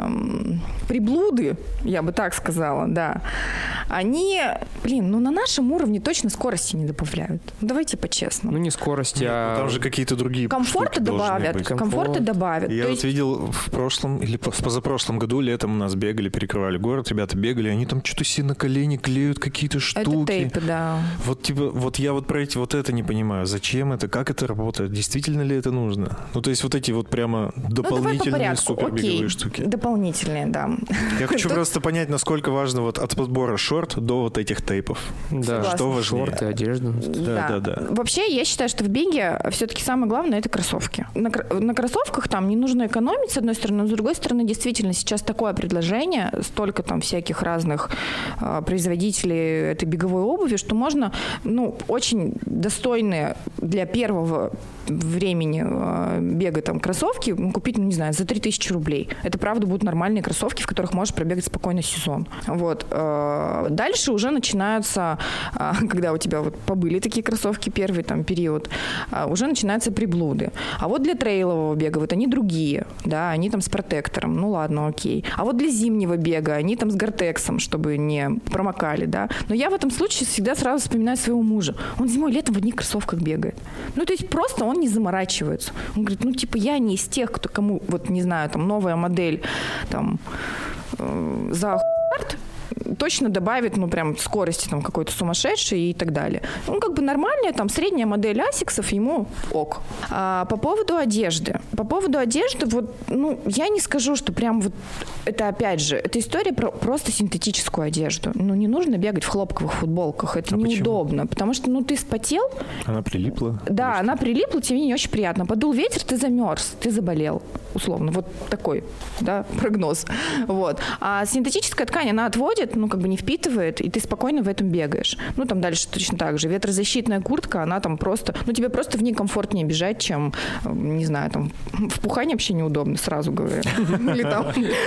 приблуды, я бы так сказала, да, они, блин, ну, на нашем уровне точно скорости не добавляют. Давайте по-честному. Ну, не скорости, Нет, а... ну, там же какие-то другие комфорта добавят, комфорта добавят. Я То вот есть... видел в прошлом или в позапрошлом году летом у нас бегали, перекрывали город, ребята бегали, они там что-то себе на колени клеют какие-то штуки. Это тейпы, да. Вот типа, вот я вот про эти вот это не понимаю. Зачем это, как это работает, действительно ли это нужно? Ну, то есть вот эти вот прямо дополнительные ну, супербеговые штуки. Дополнительные, да. Я хочу просто понять, насколько важно вот от подбора шорт до вот этих тейпов. Да, что важнее? Шорты, одежда. Да, да, да. Вообще, я считаю, что в беге все-таки самое главное — это кроссовки. На, на кроссовках там не нужно экономить, с одной стороны, но с другой стороны, действительно, сейчас такое предложение, столько там всяких разных э, производителей этой беговой обуви, что можно, ну, очень достойные для первого времени э, бега там кроссовки купить, ну, не знаю, за три тысячи рублей. Это, правда, будут нормальные кроссовки, в которых можешь пробегать спокойно сезон. Вот. Э, дальше уже начинаются, э, когда у тебя вот побыли такие кроссовки, первый там период, э, уже начинаются приблуды. А вот для трейлового бега вот они другие, да, они там с протектором, ну ладно, окей. А вот для зимнего бега они там с гортексом, чтобы не промокали, да. Но я в этом случае всегда сразу вспоминаю своего мужа. Он зимой, летом в одних кроссовках бегает. Ну, то есть просто он не заморачивается. Он говорит, ну, типа, я не из тех, кто кому, вот, не знаю, там, новая модель, там, э, за охуярд, точно добавит, ну, прям скорости там какой-то сумасшедшей и так далее. Ну, как бы нормальная, там, средняя модель асиксов ему ок. А по поводу одежды. По поводу одежды, вот, ну, я не скажу, что прям вот это, опять же, это история про просто синтетическую одежду. Ну, не нужно бегать в хлопковых футболках, это а неудобно, почему? Потому что, ну, ты спотел. Она прилипла? Да, она прилипла, тебе не очень приятно. Подул ветер, ты замерз, ты заболел, условно. Вот такой, да, прогноз. Вот. А синтетическая ткань, она отводит, ну, как бы не впитывает, и ты спокойно в этом бегаешь. Ну, там дальше точно так же. Ветрозащитная куртка, она там просто... Ну, тебе просто в ней комфортнее бежать, чем, не знаю, там... В пухане вообще неудобно, сразу говорю. Или там...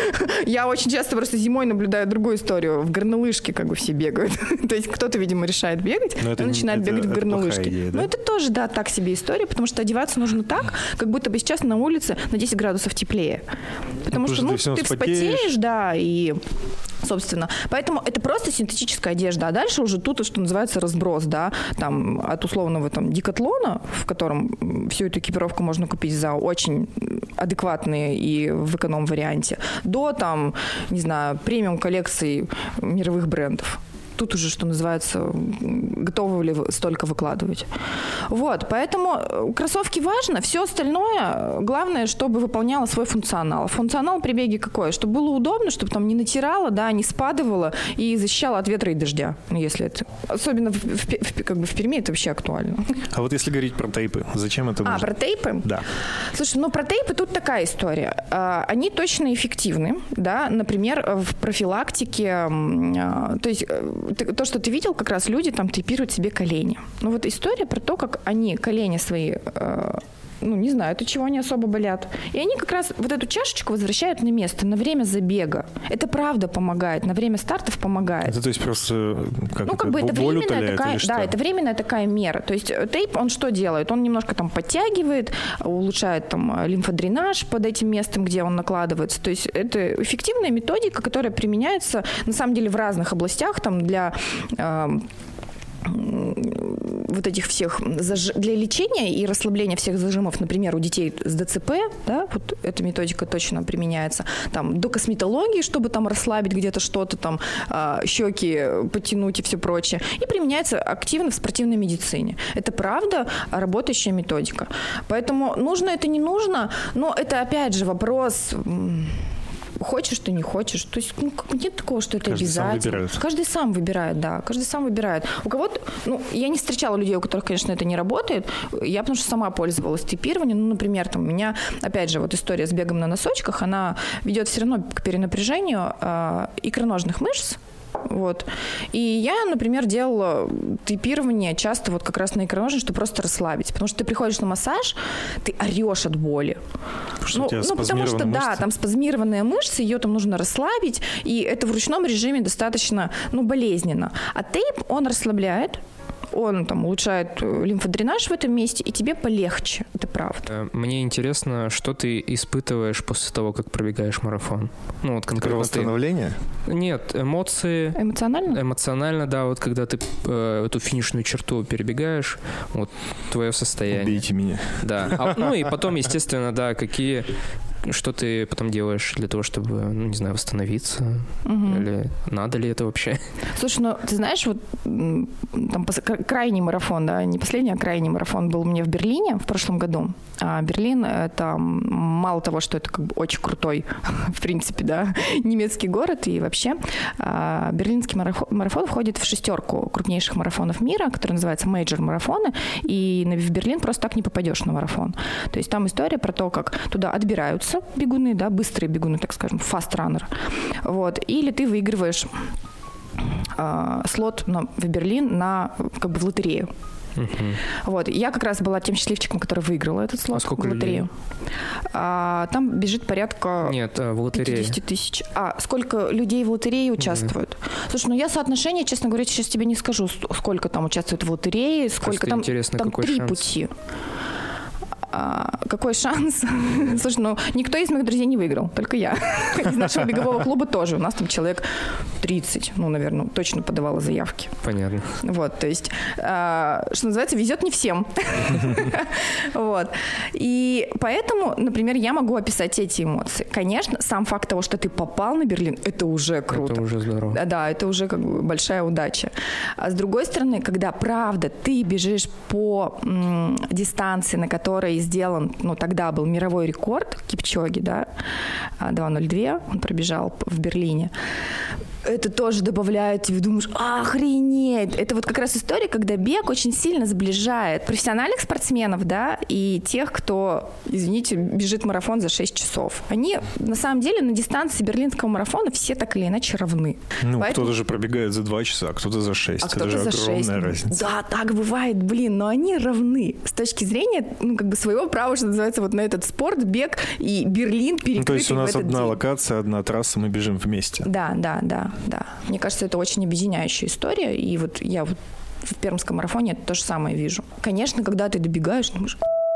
Я очень часто просто зимой наблюдаю другую историю. В горнолыжке как бы все бегают. То есть кто-то, видимо, решает бегать, и начинает бегать в горнолыжке. Ну, это тоже, да, так себе история, потому что одеваться нужно так, как будто бы сейчас на улице на десять градусов теплее. Потому что, ну, ты вспотеешь, да, и... Собственно. Поэтому это просто синтетическая одежда. А дальше уже тут, что называется, разброс, да, там, от условного там декатлона, в котором всю эту экипировку можно купить за очень адекватные и в эконом-варианте, до, там, не знаю, премиум коллекций мировых брендов. тут уже, что называется, готовы ли вы столько выкладывать. Вот, поэтому кроссовки важно, все остальное, главное, чтобы выполняло свой функционал. Функционал при беге какой? Чтобы было удобно, чтобы там не натирало, да, не спадывало и защищало от ветра и дождя, если это... Особенно в, в, в, как бы в Перми это вообще актуально. А вот если говорить про тейпы, зачем это нужно? А, про тейпы? Да. Слушай, ну про тейпы тут такая история. Они точно эффективны, да, например, в профилактике, то есть то, что ты видел, как раз люди там тейпируют себе колени. Ну вот история про то, как они колени свои... ну, не знаю, от чего они особо болят. И они как раз вот эту чашечку возвращают на место на время забега. Это правда помогает, на время стартов помогает. Это то есть просто как ну, это, как бы это боль временная такая, или да, что? это временная такая мера. То есть тейп, он что делает? Он немножко там подтягивает, улучшает там лимфодренаж под этим местом, где он накладывается. То есть это эффективная методика, которая применяется на самом деле в разных областях там для... Э, вот этих всех заж... для лечения и расслабления всех зажимов, например, у детей с ДЦП, да, вот эта методика точно применяется, там, до косметологии, чтобы там расслабить где-то что-то, там, щеки потянуть и все прочее, и применяется активно в спортивной медицине. Это правда работающая методика. Поэтому нужно это, не нужно, но это, опять же, вопрос... Хочешь ты, не хочешь. То есть ну, нет такого, что это каждый обязательно. Сам каждый сам выбирает, да. Каждый сам выбирает. У кого-то, ну, я не встречала людей, у которых, конечно, это не работает. Я потому что сама пользовалась тейпированием. Ну, например, там, у меня, опять же, вот история с бегом на носочках, она ведет все равно к перенапряжению э, икроножных мышц. Вот. И я, например, делала тейпирование часто вот как раз на икроножные, чтобы просто расслабить. Потому что ты приходишь на массаж, ты орешь от боли. Потому ну, ну потому что, мышцы. да, там спазмированная мышца, ее там нужно расслабить, и это в ручном режиме достаточно, ну, болезненно. А тейп, он расслабляет, он там улучшает лимфодренаж в этом месте, и тебе полегче, это правда. Мне интересно, что ты испытываешь после того, как пробегаешь марафон? Ну, вот конкретно восстановление? Ты... Нет, эмоции. Эмоционально? Эмоционально, да, вот когда ты э, эту финишную черту перебегаешь, вот твое состояние. Убейте меня. Да, а, ну и потом, естественно, да, какие... Что ты потом делаешь для того, чтобы, ну, не знаю, восстановиться? Угу. Или надо ли это вообще? Слушай, ну, ты знаешь, вот там крайний марафон, да, не последний, а крайний марафон был у меня в Берлине в прошлом году. А Берлин — это мало того, что это как бы очень крутой, в принципе, да, немецкий город, и вообще берлинский марафон, марафон входит в шестерку крупнейших марафонов мира, который называется мейджор-марафоны, и в Берлин просто так не попадешь на марафон. То есть там история про то, как туда отбираются бегуны, да, быстрые бегуны, так скажем, фаст-раннер. Вот. Или ты выигрываешь э, слот на, в Берлин на, как бы, в лотерею. Uh-huh. Вот. Я как раз была тем счастливчиком, который выиграла этот слот, а в лотерею. А, там бежит порядка Нет, в лотерее. пятьдесят тысяч. А сколько людей в лотерее участвуют? Uh-huh. Слушай, ну я соотношение, честно говоря, сейчас тебе не скажу, сколько там участвует в лотерее, сколько там, там три шанс? Пути. А, какой шанс? Слушай, ну, никто из моих друзей не выиграл, только я. Из нашего бегового клуба тоже. У нас там человек тридцать, ну, наверное, точно подавала заявки. Понятно. Вот, то есть, а, что называется, везет не всем. Вот. И поэтому, например, я могу описать эти эмоции. Конечно, сам факт того, что ты попал на Берлин, это уже круто. Это уже здорово. Да, да, это уже как бы большая удача. А с другой стороны, когда, правда, ты бежишь по м, дистанции, на которой сделан, ну, тогда был мировой рекорд Кипчоги, да, два ноль два, он пробежал в Берлине. Это тоже добавляет, тебе думаешь, охренеть. Это вот как раз история, когда бег очень сильно сближает профессиональных спортсменов, да, и тех, кто, извините, бежит марафон за шесть часов. Они, на самом деле, на дистанции берлинского марафона все так или иначе равны. Ну, Поэтому... кто-то же пробегает за два часа, а кто-то за шесть. А Это кто-то же за огромная шесть. разница. Да, так бывает, блин, но они равны. С точки зрения, ну, как бы своего права, что называется, вот на этот спорт, бег и Берлин перекрытый ну, то есть у нас в этот одна день. локация, одна трасса, мы бежим вместе. Да, да, да. Да. Мне кажется, это очень объединяющая история, и вот я вот в Пермском марафоне то же самое вижу. Конечно, когда ты добегаешь, думаешь,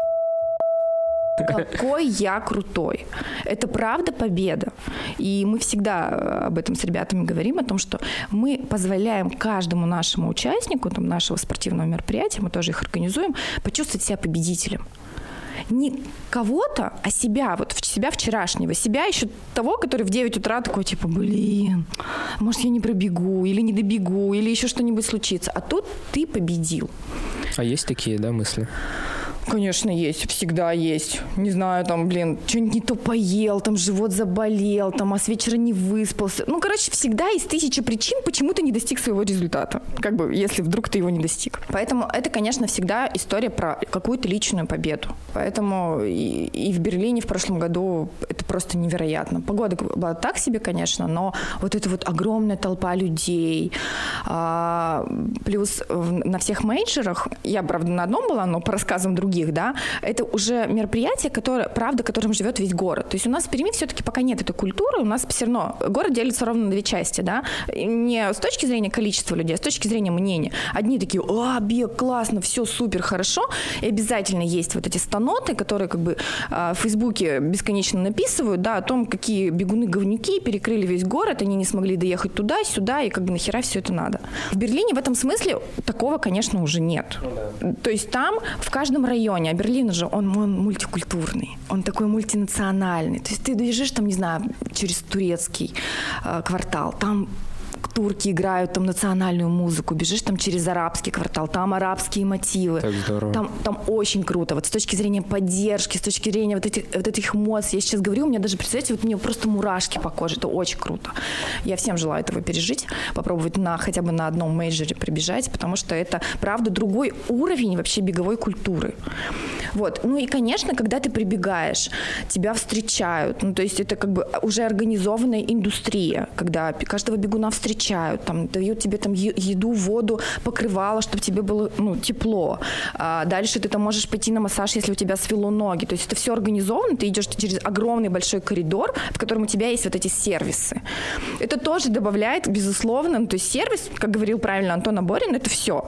какой я крутой. Это правда победа. И мы всегда об этом с ребятами говорим, о том, что мы позволяем каждому нашему участнику там, нашего спортивного мероприятия, мы тоже их организуем, почувствовать себя победителем. не кого-то, а себя, вот себя вчерашнего, себя еще того, который в девять утра такой, типа, блин, может, я не пробегу, или не добегу, или еще что-нибудь случится. А тут ты победил. А есть такие, да, мысли? Конечно, есть, всегда есть. Не знаю, там, блин, что-нибудь не то поел, там живот заболел, там, а с вечера не выспался. Ну, короче, всегда есть тысяча причин, почему ты не достиг своего результата. Как бы, если вдруг ты его не достиг. Поэтому это, конечно, всегда история про какую-то личную победу. Поэтому и, и в Берлине в прошлом году это просто невероятно. Погода была так себе, конечно, но вот эта вот огромная толпа людей, а, плюс на всех мейджорах, я, правда, на одном была, но по рассказам других, да, это уже мероприятие, которое, правда, которым живет весь город. То есть у нас в Перми все-таки пока нет этой культуры, у нас все равно город делится ровно на две части, да, не с точки зрения количества людей, а с точки зрения мнения. Одни такие, а, бег, классно, все супер, хорошо, и обязательно есть вот эти станоты, которые как бы в Фейсбуке бесконечно написывают, да, о том, какие бегуны-говнюки перекрыли весь город, они не смогли доехать туда-сюда, и как бы нахера все это надо. В Берлине в этом смысле такого, конечно, уже нет. Ну, да. То есть там в каждом районе, а Берлин же, он, он мультикультурный, он такой мультинациональный. То есть ты бежишь там, не знаю, через турецкий э, квартал, там турки играют там национальную музыку, бежишь там через арабский квартал, там арабские мотивы. Так здорово. Там, там очень круто. Вот с точки зрения поддержки, с точки зрения вот этих, вот этих эмоций. Я сейчас говорю, у меня даже, представляете, вот мне просто мурашки по коже. Это очень круто. Я всем желаю этого пережить, попробовать на, хотя бы на одном мейджоре прибежать, потому что это, правда, другой уровень вообще беговой культуры. Вот. Ну и, конечно, когда ты прибегаешь, тебя встречают. Ну, то есть это как бы уже организованная индустрия, когда каждого бегуна встречают, там, дают тебе там еду, воду, покрывало, чтобы тебе было, ну, тепло. А дальше ты там можешь пойти на массаж, если у тебя свело ноги. То есть это все организовано, ты идешь через огромный большой коридор, в котором у тебя есть вот эти сервисы. Это тоже добавляет, безусловно, ну, то есть сервис, как говорил правильно Антон Аборин, это все.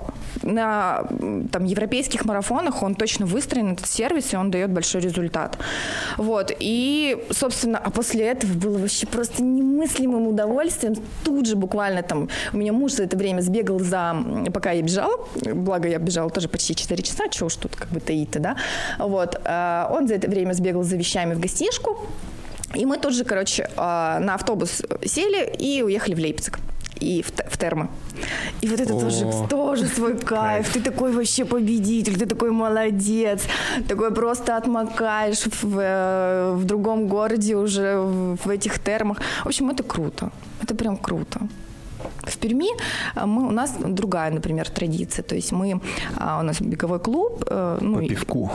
На там, европейских марафонах он точно выстроен, этот сервис, и он дает большой результат. Вот. И, собственно, а после этого было вообще просто немыслимым удовольствием тут же буквально там, у меня муж за это время сбегал за, пока я бежала, благо я бежала тоже почти четыре часа, что уж тут как бы таит-то, да, вот, он за это время сбегал за вещами в гостишку, и мы тут же, короче, на автобус сели и уехали в Лейпциг. И в, в термо. И вот это О, тоже, тоже свой кайф. Ты такой вообще победитель, ты такой молодец. Такой просто отмокаешь в, в другом городе уже, в этих термах. В общем, это круто. Это прям круто. В Перми мы, у нас другая, например, традиция. То есть мы, у нас беговой клуб. Ну, по пивку.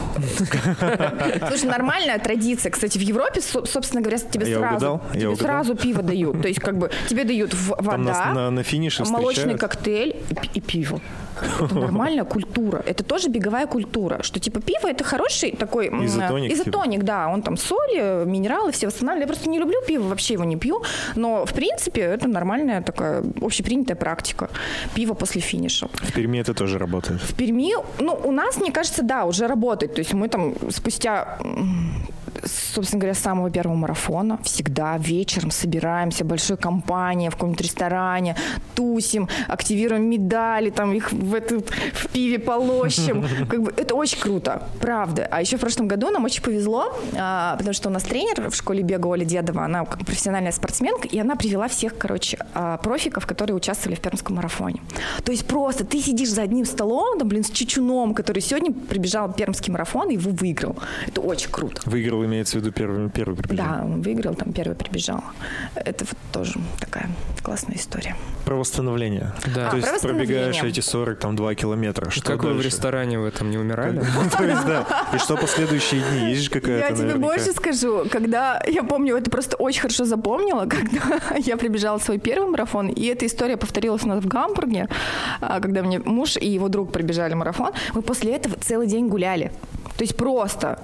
Слушай, нормальная традиция. Кстати, в Европе, собственно говоря, тебе, Я сразу, угадал? тебе Я сразу пиво дают. То есть как бы тебе дают вода, там на, на, на финише молочный коктейль и, и пиво. Это нормальная культура. Это тоже беговая культура. Что типа пиво это хороший такой изотоник, изотоник типа. Да. Он там соли, минералы все восстанавливают. Я просто не люблю пиво, вообще его не пью. Но в принципе это нормальная такая общепринятая практика. Пиво после финиша. В Перми это тоже работает? В Перми, ну у нас, мне кажется, да, уже работает. То есть мы там спустя... собственно говоря, с самого первого марафона всегда вечером собираемся большой компанией в каком-нибудь ресторане, тусим, активируем медали, там их в, этот, в пиве полощем. Как бы, это очень круто, правда. А еще в прошлом году нам очень повезло, а, потому что у нас тренер в школе бега Оля Дедова, она как профессиональная спортсменка, и она привела всех, короче, а, профиков, которые участвовали в Пермском марафоне. То есть просто ты сидишь за одним столом, там, блин, с чучуном, который сегодня прибежал в Пермский марафон и его выиграл. Это очень круто. Выиграл, имеется в виду первый, первый прибежал? Да, он выиграл, там первый прибежал. Это вот тоже такая классная история. Про восстановление. Да. То а, есть пробегаешь эти сорок два километра. Что как дальше? Вы в ресторане в этом не умирали? То есть, да. И что последующие дни? Есть же какая-то, Я тебе больше скажу. Когда, я помню, это просто очень хорошо запомнила, когда я прибежала в свой первый марафон, и эта история повторилась у нас в Гамбурге, когда мне муж и его друг пробежали марафон. Мы после этого целый день гуляли. То есть просто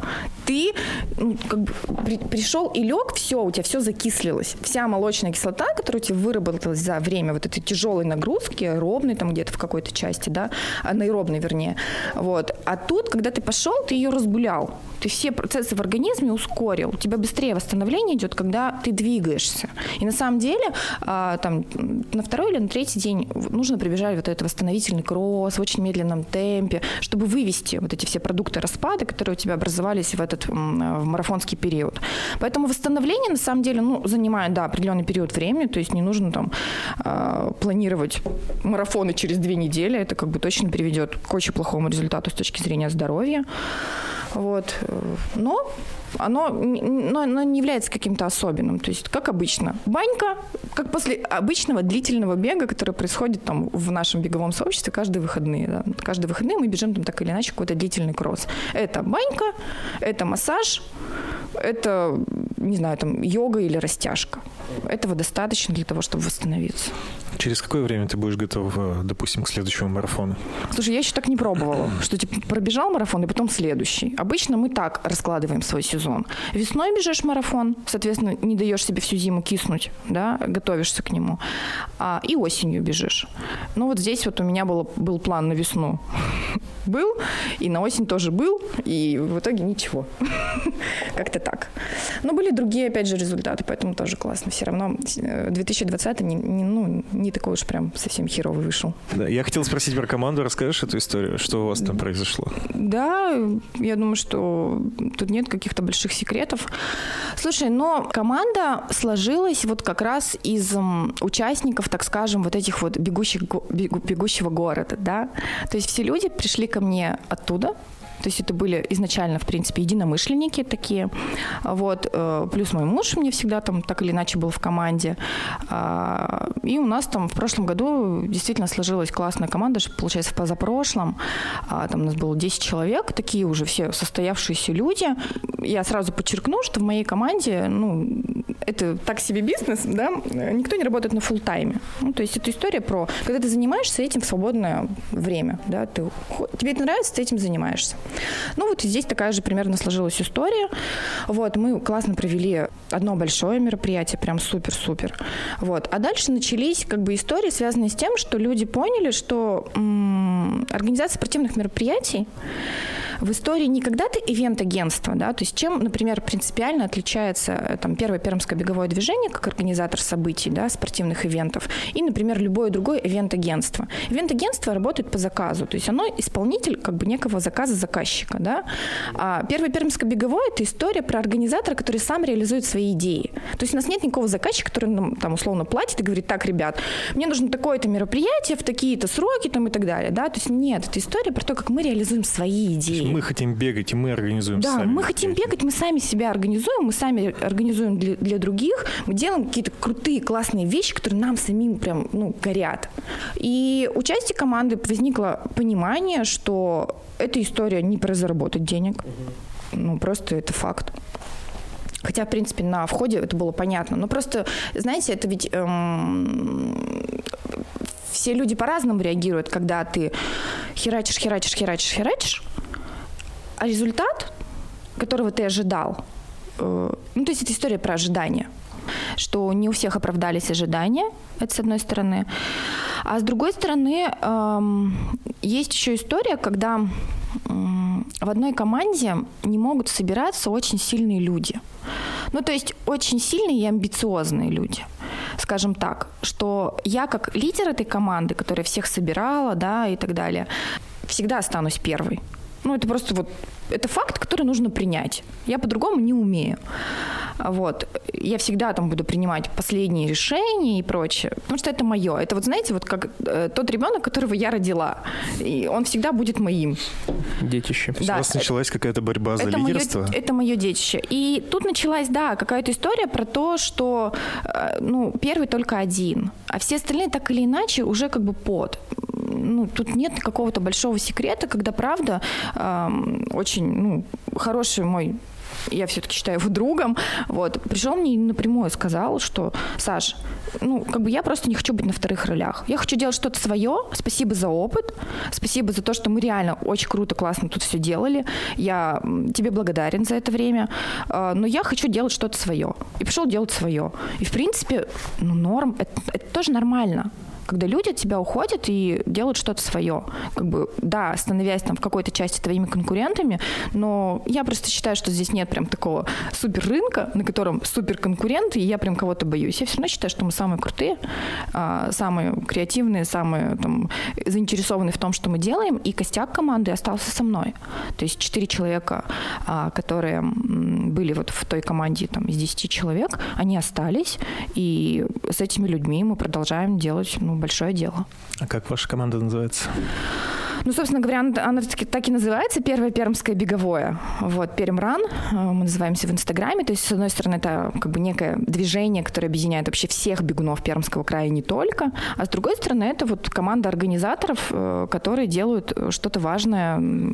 ты ну, как бы при, пришел и лег, все, у тебя все закислилось. Вся молочная кислота, которая у тебя выработалась за время вот этой тяжелой нагрузки, аэробной там где-то в какой-то части, да, анаэробной вернее. Вот. А тут, когда ты пошел, ты ее разбулял. Ты все процессы в организме ускорил. У тебя быстрее восстановление идет, когда ты двигаешься. И на самом деле там, на второй или на третий день нужно пробежать вот этот восстановительный кросс в очень медленном темпе, чтобы вывести вот эти все продукты распада, которые у тебя образовались в этот в марафонский период. Поэтому восстановление на самом деле ну, занимает да, определенный период времени, то есть не нужно там планировать марафоны через две недели, это как бы точно приведет к очень плохому результату с точки зрения здоровья. Вот. Но оно, но оно не является каким-то особенным. То есть, как обычно, банька, как после обычного длительного бега, который происходит там в нашем беговом сообществе каждые выходные. Да. Каждые выходные мы бежим там так или иначе какой-то длительный кросс. Это банька, это массаж, это, не знаю, там йога или растяжка. Этого достаточно для того, чтобы восстановиться. Через какое время ты будешь готов, допустим, к следующему марафону? Слушай, я еще так не пробовала, что типа пробежал марафон и потом следующий. Обычно мы так раскладываем свой сезон. Весной бежишь марафон, соответственно, не даешь себе всю зиму киснуть, да, готовишься к нему. А, и осенью бежишь. Ну вот здесь вот у меня было, был план на весну. Был, и на осень тоже был, и в итоге ничего. Как-то так. Но были другие, опять же, результаты, поэтому тоже классно. Все равно две тысячи двадцатый не, не, ну, не такой уж прям совсем херовый вышел. Да, я хотел спросить про команду. Расскажешь эту историю? Что у вас там произошло? Да, я думаю, что тут нет каких-то больших секретов. Слушай, но команда сложилась вот как раз из участников, так скажем, вот этих вот бегущих, бегущего города, да. То есть все люди пришли ко мне оттуда. То есть это были изначально, в принципе, единомышленники такие. Вот. Плюс мой муж мне всегда там так или иначе был в команде. И у нас там в прошлом году действительно сложилась классная команда, получается, в позапрошлом. Там у нас было десять человек, такие уже все состоявшиеся люди. Я сразу подчеркну, что в моей команде, ну, это так себе бизнес, да, никто не работает на фулл-тайме. Ну, то есть это история про, когда ты занимаешься этим в свободное время, да, ты, тебе это нравится, ты этим занимаешься. Ну, вот здесь такая же примерно сложилась история. Вот, мы классно провели одно большое мероприятие, прям супер-супер. Вот. А дальше начались как бы истории, связанные с тем, что люди поняли, что м- организация спортивных мероприятий в истории не когда-то ивент-агентство, да, то есть чем, например, принципиально отличается там, Первое Пермское беговое движение как организатор событий, да, спортивных ивентов, и, например, любое другое ивент-агентство. Ивент-агентство работает по заказу, то есть оно исполнитель как бы некого заказа заказчика, да. А Первое Пермское беговое – это история про организатора, который сам реализует свои идеи. То есть у нас нет никакого заказчика, который нам там условно платит и говорит: так, ребят, мне нужно такое-то мероприятие в такие-то сроки там, и так далее, да. То есть нет, это история про то, как мы реализуем свои идеи. Мы хотим бегать, и мы организуем да, сами. Да, мы хотим бегать, мы сами себя организуем, мы сами организуем для, для других, мы делаем какие-то крутые, классные вещи, которые нам самим прям, ну, горят. И у части команды возникло понимание, что эта история не про заработать денег, ну, просто это факт. Хотя, в принципе, на входе это было понятно. Но просто, знаете, это ведь... Эм, все люди по-разному реагируют, когда ты херачишь, херачишь, херачишь, херачишь, а результат, которого ты ожидал, э, ну, то есть это история про ожидания, что не у всех оправдались ожидания, это с одной стороны. А с другой стороны, э, есть еще история, когда э, в одной команде не могут собираться очень сильные люди. Ну, то есть очень сильные и амбициозные люди. Скажем так, что я как лидер этой команды, которая всех собирала, да, и так далее, всегда останусь первой. Ну, это просто вот, это факт, который нужно принять. Я по-другому не умею. Вот. Я всегда там буду принимать последние решения и прочее, потому что это мое. Это вот, знаете, вот как э, тот ребенок, которого я родила, и он всегда будет моим. Детище. Да, у вас это, началась какая-то борьба за это лидерство? Моё, это мое детище. И тут началась, да, какая-то история про то, что, э, ну, первый только один, а все остальные так или иначе уже как бы под. Ну, тут нет какого-то большого секрета, когда, правда, э, очень, ну, хороший мой, я все-таки считаю его другом, вот, пришел мне и напрямую сказал, что, Саш, ну, как бы я просто не хочу быть на вторых ролях. Я хочу делать что-то свое. Спасибо за опыт. Спасибо за то, что мы реально очень круто, классно тут все делали. Я тебе благодарен за это время. Но я хочу делать что-то свое. И пошел делать свое. И, в принципе, ну, норм. Это, это тоже нормально. Когда люди от тебя уходят и делают что-то свое. Как бы, да, становясь там в какой-то части твоими конкурентами, но я просто считаю, что здесь нет прям такого супер рынка, на котором супер конкуренты, и я прям кого-то боюсь. Я все равно считаю, что мы самые крутые, самые креативные, самые там, заинтересованные в том, что мы делаем, и костяк команды остался со мной. То есть четыре человека, которые были вот в той команде там, из десяти человек, они остались, и с этими людьми мы продолжаем делать, ну, большое дело. А как ваша команда называется? Ну, собственно говоря, она, она так и называется, Первое Пермское беговое. Вот, Пермран, мы называемся в Инстаграме. То есть, с одной стороны, это как бы некое движение, которое объединяет вообще всех бегунов Пермского края, не только. А с другой стороны, это вот команда организаторов, которые делают что-то важное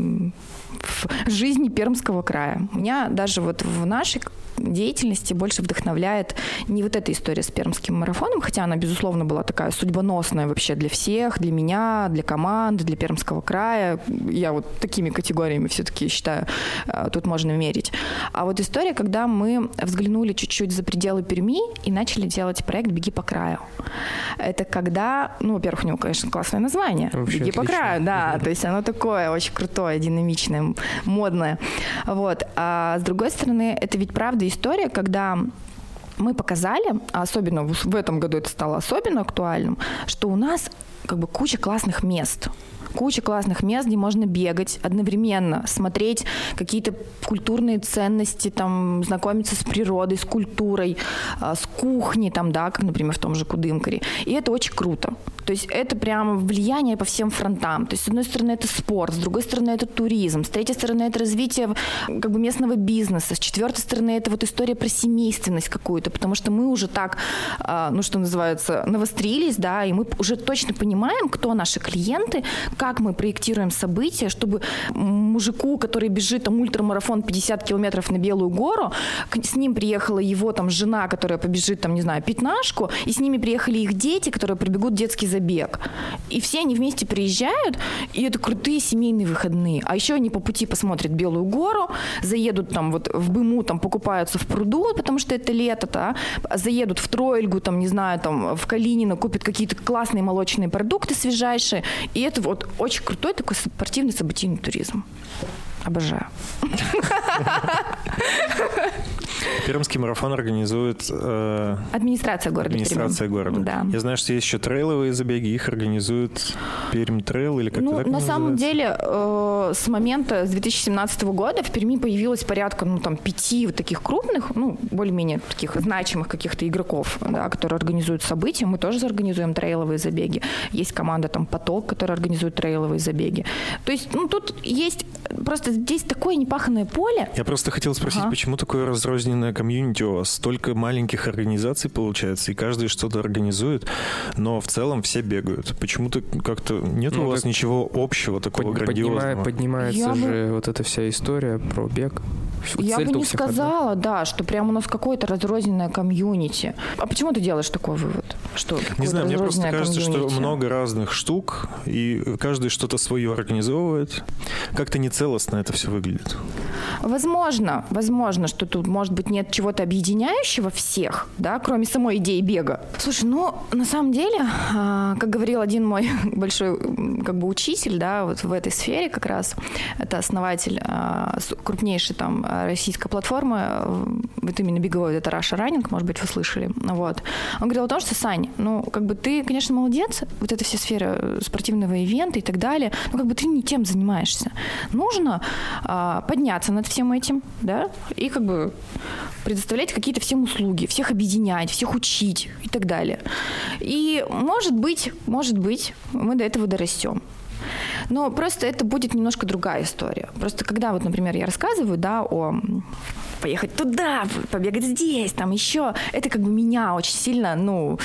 в жизни Пермского края. Меня даже вот в нашей деятельности больше вдохновляет не вот эта история с Пермским марафоном, хотя она, безусловно, была такая судьбоносная вообще для всех, для меня, для команды, для Пермского края. Я вот такими категориями все-таки считаю, тут можно мерить. А вот история, когда мы взглянули чуть-чуть за пределы Перми и начали делать проект «Беги по краю». Это когда, ну, во-первых, у него, конечно, классное название. Вообще «Беги отлично. По краю», да, то есть оно такое очень крутое, динамичное, модное. Вот. А с другой стороны, это ведь правда история, когда мы показали, а особенно в этом году это стало особенно актуальным, что у нас как бы куча классных мест. Куча классных мест, где можно бегать одновременно, смотреть какие-то культурные ценности, там, знакомиться с природой, с культурой, с кухней, там, да, как, например, в том же Кудымкаре. И это очень круто. То есть это прям влияние по всем фронтам. То есть, с одной стороны, это спорт, с другой стороны, это туризм, с третьей стороны, это развитие как бы местного бизнеса, с четвертой стороны, это вот история про семейственность какую-то, потому что мы уже так, ну, что называется, навострились, да, и мы уже точно понимаем, кто наши клиенты, как мы проектируем события, чтобы мужику, который бежит там ультрамарафон пятьдесят километров на Белую гору, с ним приехала его там жена, которая побежит там, не знаю, пятнашку, и с ними приехали их дети, которые пробегут детский забег. И все они вместе приезжают, и это крутые семейные выходные. А еще они по пути посмотрят Белую гору, заедут там вот в Быму, там покупаются в пруду, потому что это лето, да, заедут в Троильгу, там, не знаю, там, в Калинино, купят какие-то классные молочные продукты свежайшие, и это вот очень крутой такой спортивный событийный туризм. Обожаю. Пермский марафон организует... Э, администрация города. Администрация Перми. города. Да. Я знаю, что есть еще трейловые забеги, их организует Пермь трейл или как-то ну, так на называется? самом деле, э, с момента, с две тысячи семнадцатого года в Перми появилось порядка, ну, там, пяти вот таких крупных, ну, более-менее таких значимых каких-то игроков, да, которые организуют события. Мы тоже организуем трейловые забеги. Есть команда, там, «Поток», которая организует трейловые забеги. То есть, ну, тут есть... Просто здесь такое непаханное поле. Я просто хотел спросить, ага. почему такое разрозненное комьюнити у вас? Столько маленьких организаций получается, и каждый что-то организует, но в целом все бегают. Почему-то как-то нет ну, у вас ничего общего такого под, грандиозного? Поднимается Я же бы... вот эта вся история про бег. Я бы не сказала, одна. да, что прямо у нас какое-то разрозненное комьюнити. А почему ты делаешь такой вывод? Что не знаю, мне просто кажется, комьюнити? что много разных штук, и каждый что-то свое организовывает. Как-то нецелостно это все выглядит. Возможно, возможно, что тут, может быть, нет чего-то объединяющего всех, да, кроме самой идеи бега. Слушай, ну, на самом деле, как говорил один мой большой, как бы, учитель, да, вот в этой сфере как раз, это основатель крупнейшей там российской платформы, вот именно беговой, это Russia Running, может быть, вы слышали, вот. Он говорил о том, что, Сань, ну, как бы ты, конечно, молодец, вот эта вся сфера спортивного ивента и так далее, но как бы ты не тем занимаешься. Нужно а, подняться над всем этим, да, и как бы предоставлять какие-то всем услуги, всех объединять, всех учить и так далее. И, может быть, может быть, мы до этого дорастем. Но просто это будет немножко другая история. Просто когда, вот, например, я рассказываю, да, о поехать туда, побегать здесь, там еще, это как бы меня очень сильно, ну,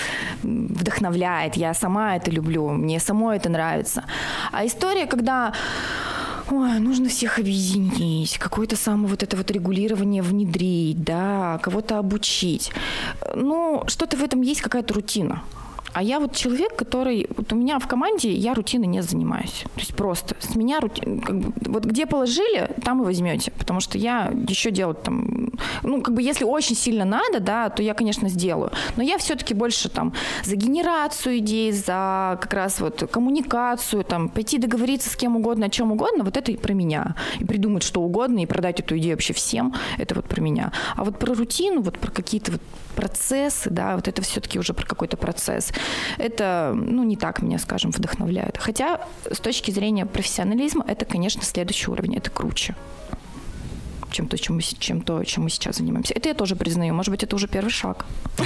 вдохновляет. Я сама это люблю, мне самой это нравится. А история, когда ой, нужно всех объединить, какое-то самое вот это вот регулирование внедрить, да, кого-то обучить. Ну, что-то в этом есть, какая-то рутина. А я вот человек, который... Вот у меня в команде я рутиной не занимаюсь. То есть просто с меня рутина... Как бы, вот где положили, там и возьмете. Потому что я еще делать там... Ну, как бы если очень сильно надо, да, то я, конечно, сделаю. Но я все-таки больше там за генерацию идей, за как раз вот коммуникацию, там, пойти договориться с кем угодно, о чем угодно, вот это и про меня. И придумать что угодно, и продать эту идею вообще всем, это вот про меня. А вот про рутину, вот про какие-то вот процессы, да, вот это все-таки уже про какой-то процесс. Это, ну, не так меня, скажем, вдохновляет. Хотя с точки зрения профессионализма это, конечно, следующий уровень, это круче, чем то, чем мы, чем то, чем мы сейчас занимаемся. Это я тоже признаю. Может быть, это уже первый шаг.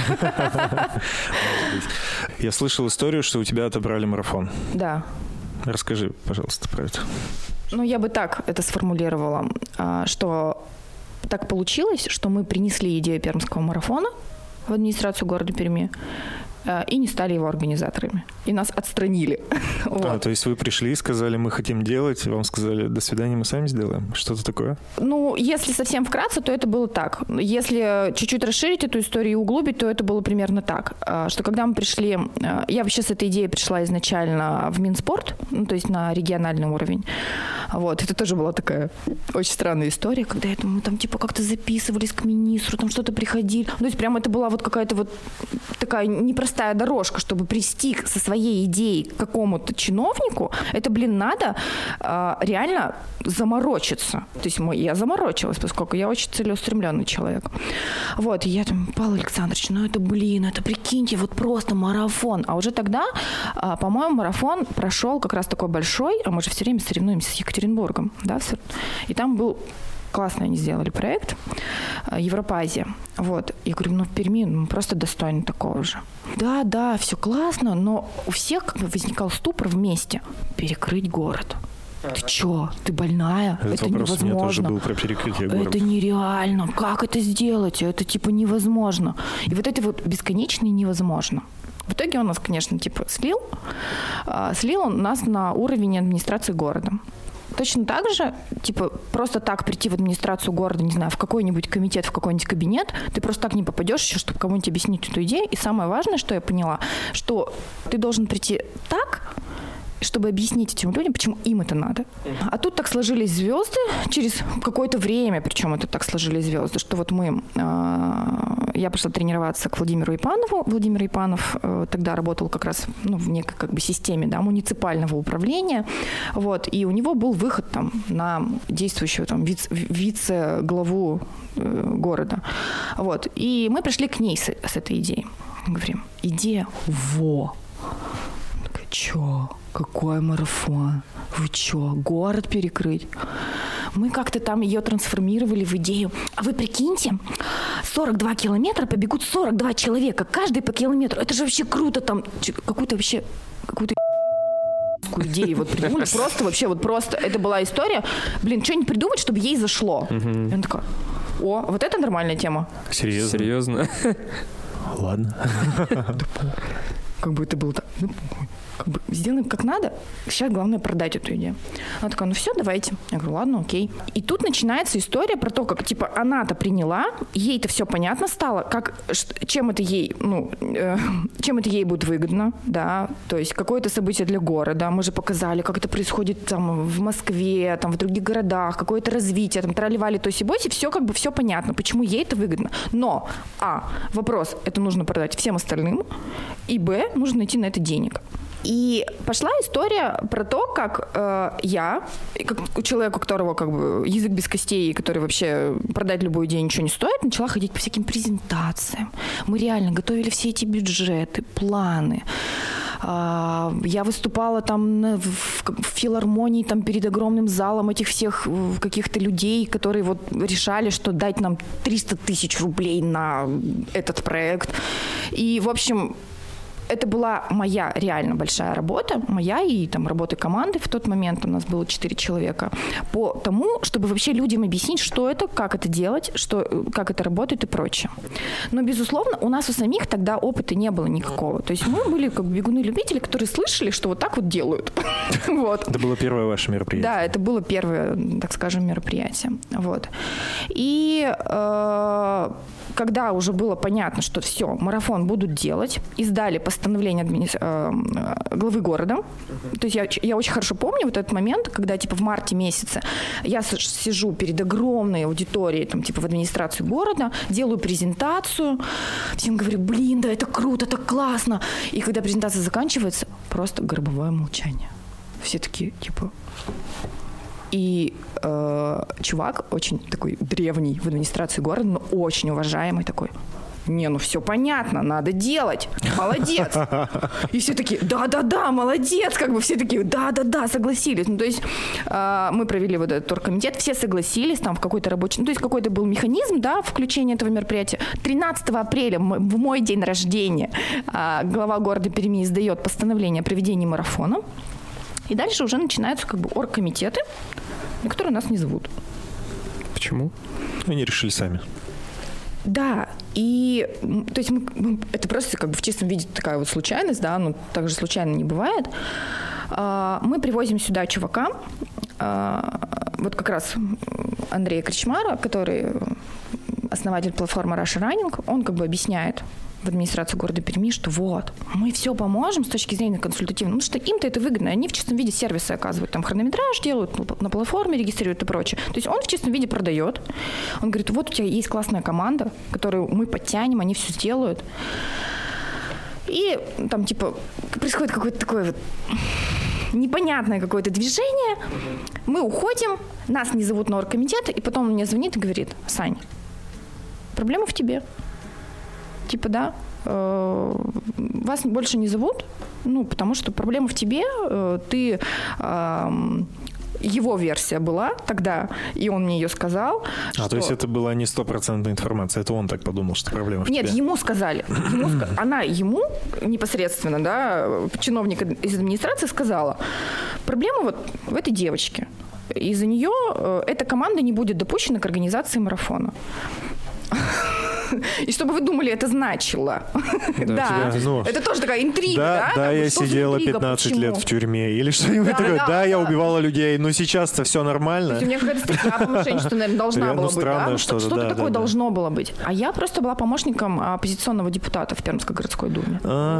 Я слышал историю, что у тебя отобрали марафон. Да. Расскажи, пожалуйста, про это. Ну, я бы так это сформулировала, что так получилось, что мы принесли идею Пермского марафона в администрацию города Перми и не стали его организаторами. И нас отстранили. Вот. А, то есть вы пришли и сказали, мы хотим делать, вам сказали, до свидания, мы сами сделаем? Что-то такое? Ну, если совсем вкратце, то это было так. Если чуть-чуть расширить эту историю и углубить, то это было примерно так, что когда мы пришли... Я вообще с этой идеей пришла изначально в Минспорт, ну, то есть на региональный уровень. Вот. Это тоже была такая очень странная история, когда я думаю, там типа как-то записывались к министру, там что-то приходили. Ну, то есть прямо это была вот какая-то вот такая непростая дорожка, чтобы прийти со своей идеей к какому-то чиновнику. Это, блин, надо э, реально заморочиться. То есть мы, я заморочилась, поскольку я очень целеустремленный человек. Вот, и я там, Павел Александрович, ну это, блин, это, прикиньте, вот просто марафон. А уже тогда, э, по-моему, марафон прошел как раз такой большой, а мы же все время соревнуемся с Екатеринбургом, да, и там был классно они сделали проект Европа-Азия. Вот. Я говорю, ну в Перми ну, просто достойны такого же. Да, да, все классно, но у всех как бы возникал ступор вместе. Перекрыть город. Ты чё? Ты больная? Этот это вопрос невозможно. У меня тоже был про перекрытие города. Это нереально. Как это сделать? Это типа невозможно. И вот это вот бесконечно невозможно. В итоге он нас, конечно, типа слил. А, слил он нас на уровень администрации города. Точно так же, типа, просто так прийти в администрацию города, не знаю, в какой-нибудь комитет, в какой-нибудь кабинет, ты просто так не попадешь еще, чтобы кому-нибудь объяснить эту идею. И самое важное, что я поняла, что ты должен прийти так, чтобы объяснить этим людям, почему им это надо. А тут так сложились звезды через какое-то время, причем это так сложились звезды, что вот мы, э, я пошла тренироваться к Владимиру Ипанову. Владимир Ипанов э, тогда работал как раз ну, в некой как бы системе да, муниципального управления, вот, и у него был выход там на действующего там вице, вице-главу э, города, вот, и мы пришли к ней с, с этой идеей. Говорим, идея во. Такая, чё? Какой марафон? Вы чё, город перекрыть? Мы как-то там ее трансформировали в идею. А вы прикиньте, сорок два километра побегут сорок два человека, каждый по километру. Это же вообще круто там. Какую-то вообще... Какую-то идею вот придумали. Просто вообще вот просто. Это была история. Блин, что-нибудь придумать, чтобы ей зашло. Угу. И она такая, о, вот это нормальная тема. Серьезно? Серьезно? Ладно. Как бы это было так... Как бы сделаем как надо, сейчас главное продать эту идею. Она такая, ну все, давайте. Я говорю, ладно, окей. И тут начинается история про то, как, типа, она-то приняла, ей-то все понятно стало, как, чем это ей, ну, э, чем это ей будет выгодно, да, то есть какое-то событие для города, мы же показали, как это происходит там в Москве, там в других городах, какое-то развитие, там тролливали тоси-боси, все как бы все понятно, почему ей это выгодно. Но, а, вопрос, это нужно продать всем остальным, и, б, нужно найти на это денег. И пошла история про то, как э, я, как у человека, у которого как бы язык без костей, который вообще продать любую идею ничего не стоит, начала ходить по всяким презентациям. Мы реально готовили все эти бюджеты, планы. Э, я выступала там в, в филармонии там, перед огромным залом этих всех каких-то людей, которые вот решали, что дать нам триста тысяч рублей на этот проект. И, в общем... это была моя реально большая работа, моя и там работы команды в тот момент, у нас было четыре человека, по тому, чтобы вообще людям объяснить, что это, как это делать, что, как это работает и прочее. Но, безусловно, у нас у самих тогда опыта не было никакого. То есть мы были как бы бегуны-любители, которые слышали, что вот так вот делают. Вот. Это было первое ваше мероприятие? Да, это было первое, так скажем, мероприятие. Вот. И э, когда уже было понятно, что все, марафон будут делать, издали постановление админи... э, главы города. То есть я, я очень хорошо помню вот этот момент, когда типа в марте месяце я сижу перед огромной аудиторией, там, типа в администрации города, делаю презентацию, всем говорю, блин, да это круто, так классно. И когда презентация заканчивается, просто гробовое молчание. Все такие, типа... И э, чувак очень такой древний в администрации города, но очень уважаемый такой. Не, ну все понятно, надо делать. Молодец. И все такие, да-да-да, молодец. Как бы все такие, да-да-да, согласились. Ну, то есть э, мы провели вот этот оргкомитет, все согласились, там в какой-то рабочий... Ну, то есть какой-то был механизм, да, включения этого мероприятия. тринадцатого апреля, в мой день рождения, э, глава города Перми издает постановление о проведении марафона. И дальше уже начинаются как бы оргкомитеты, на которые нас не зовут. Почему? Они решили сами. Да, и то есть мы, это просто как бы в чистом виде такая вот случайность, да, но так же случайно не бывает. Мы привозим сюда чувака, вот как раз Андрея Кричмара, который основатель платформы Russia Running, он как бы объясняет в администрации города Перми, что вот, мы все поможем с точки зрения консультативного, потому что им-то это выгодно, они в чистом виде сервисы оказывают, там хронометраж делают, на платформе регистрируют и прочее. То есть он в чистом виде продает. Он говорит, вот у тебя есть классная команда, которую мы подтянем, они все сделают. И там типа происходит какое-то такое вот непонятное какое-то движение, мы уходим, нас не зовут на оргкомитет, и потом он мне звонит и говорит, Сань, проблема в тебе. Типа, да, э, вас больше не зовут, ну, потому что проблема в тебе, э, ты... Э, его версия была тогда, и он мне ее сказал. А, что... то есть это была не стопроцентная информация, это он так подумал, что проблема в Нет, тебе? ему сказали. Ему, она ему непосредственно, да, чиновник из администрации сказала, проблема вот в этой девочке. Из-за нее э, эта команда не будет допущена к организации марафона. И чтобы вы думали, это значило. Да, да. Тебя, ну, это тоже такая интрига, да? Да, да, я сидела интрига, пятнадцать почему? Лет в тюрьме или что-нибудь да, такое. Да, да, я убивала людей, но сейчас-то все нормально. У меня какая-то статья по мошенничеству, наверное, должна была быть, да? Что-то, что-то да, такое да, должно да. было быть. А я просто была помощником оппозиционного депутата в Пермской городской думе.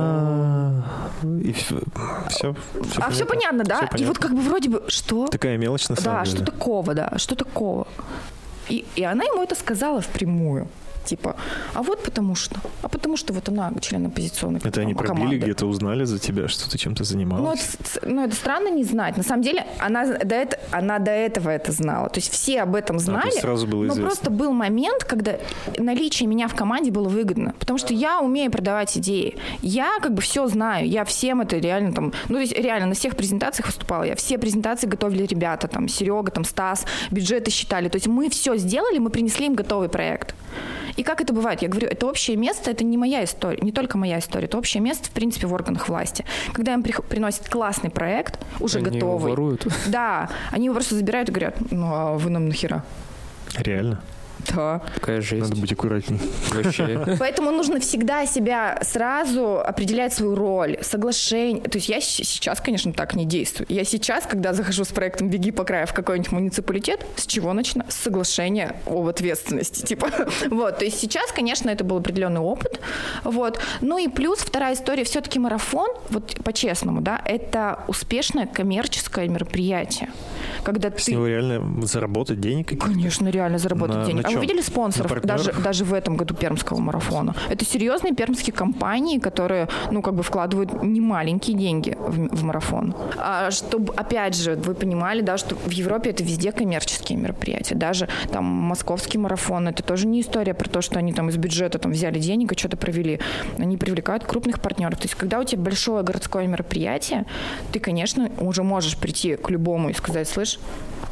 И все, все А все понятно, да? И вот как бы вроде бы, что? Такая мелочь на самом деле. Да, что такого, да, что такого. И, и она ему это сказала впрямую. Типа, а вот потому что. А потому что вот она член оппозиционной команды. Это они пробили, где-то узнали за тебя, что ты чем-то занималась? Ну это, ну, это странно не знать. На самом деле, она до, это, она до этого это знала. То есть все об этом знали. А, то есть сразу было известно. Но просто был момент, когда наличие меня в команде было выгодно. Потому что я умею продавать идеи. Я как бы все знаю. Я всем это реально там... Ну, то есть реально на всех презентациях выступала. Я все презентации готовили ребята. Там Серега, там Стас, бюджеты считали. То есть мы все сделали, мы принесли им готовый проект. И как это бывает? Я говорю, это общее место, это не моя история, не только моя история, это общее место, в принципе, в органах власти. Когда им при- приносят классный проект, уже они готовый. Его воруют. Да, они его просто забирают и говорят, ну а вы нам нахера? Реально? Да. Какая жесть. Надо быть аккуратней. Вообще. Поэтому нужно всегда себя сразу определять свою роль, соглашение. То есть я сейчас, конечно, так не действую. Я сейчас, когда захожу с проектом «Беги по краю» в какой-нибудь муниципалитет, с чего начинаю? С соглашения об ответственности. Типа. Вот. То есть сейчас, конечно, это был определенный опыт. Вот. Ну и плюс вторая история. Все-таки марафон, вот по-честному, да, это успешное коммерческое мероприятие. Когда с ты... него реально заработать денег? Конечно, реально заработать на, денег. на а вы видели спонсоров даже, даже в этом году пермского марафона? Это серьезные пермские компании, которые, ну, как бы вкладывают немаленькие деньги в, в марафон. А чтобы, опять же, вы понимали, да, что в Европе это везде коммерческие мероприятия. Даже там московский марафон, это тоже не история про то, что они там из бюджета там взяли денег и что-то провели. Они привлекают крупных партнеров. То есть, когда у тебя большое городское мероприятие, ты, конечно, уже можешь прийти к любому и сказать, слышь,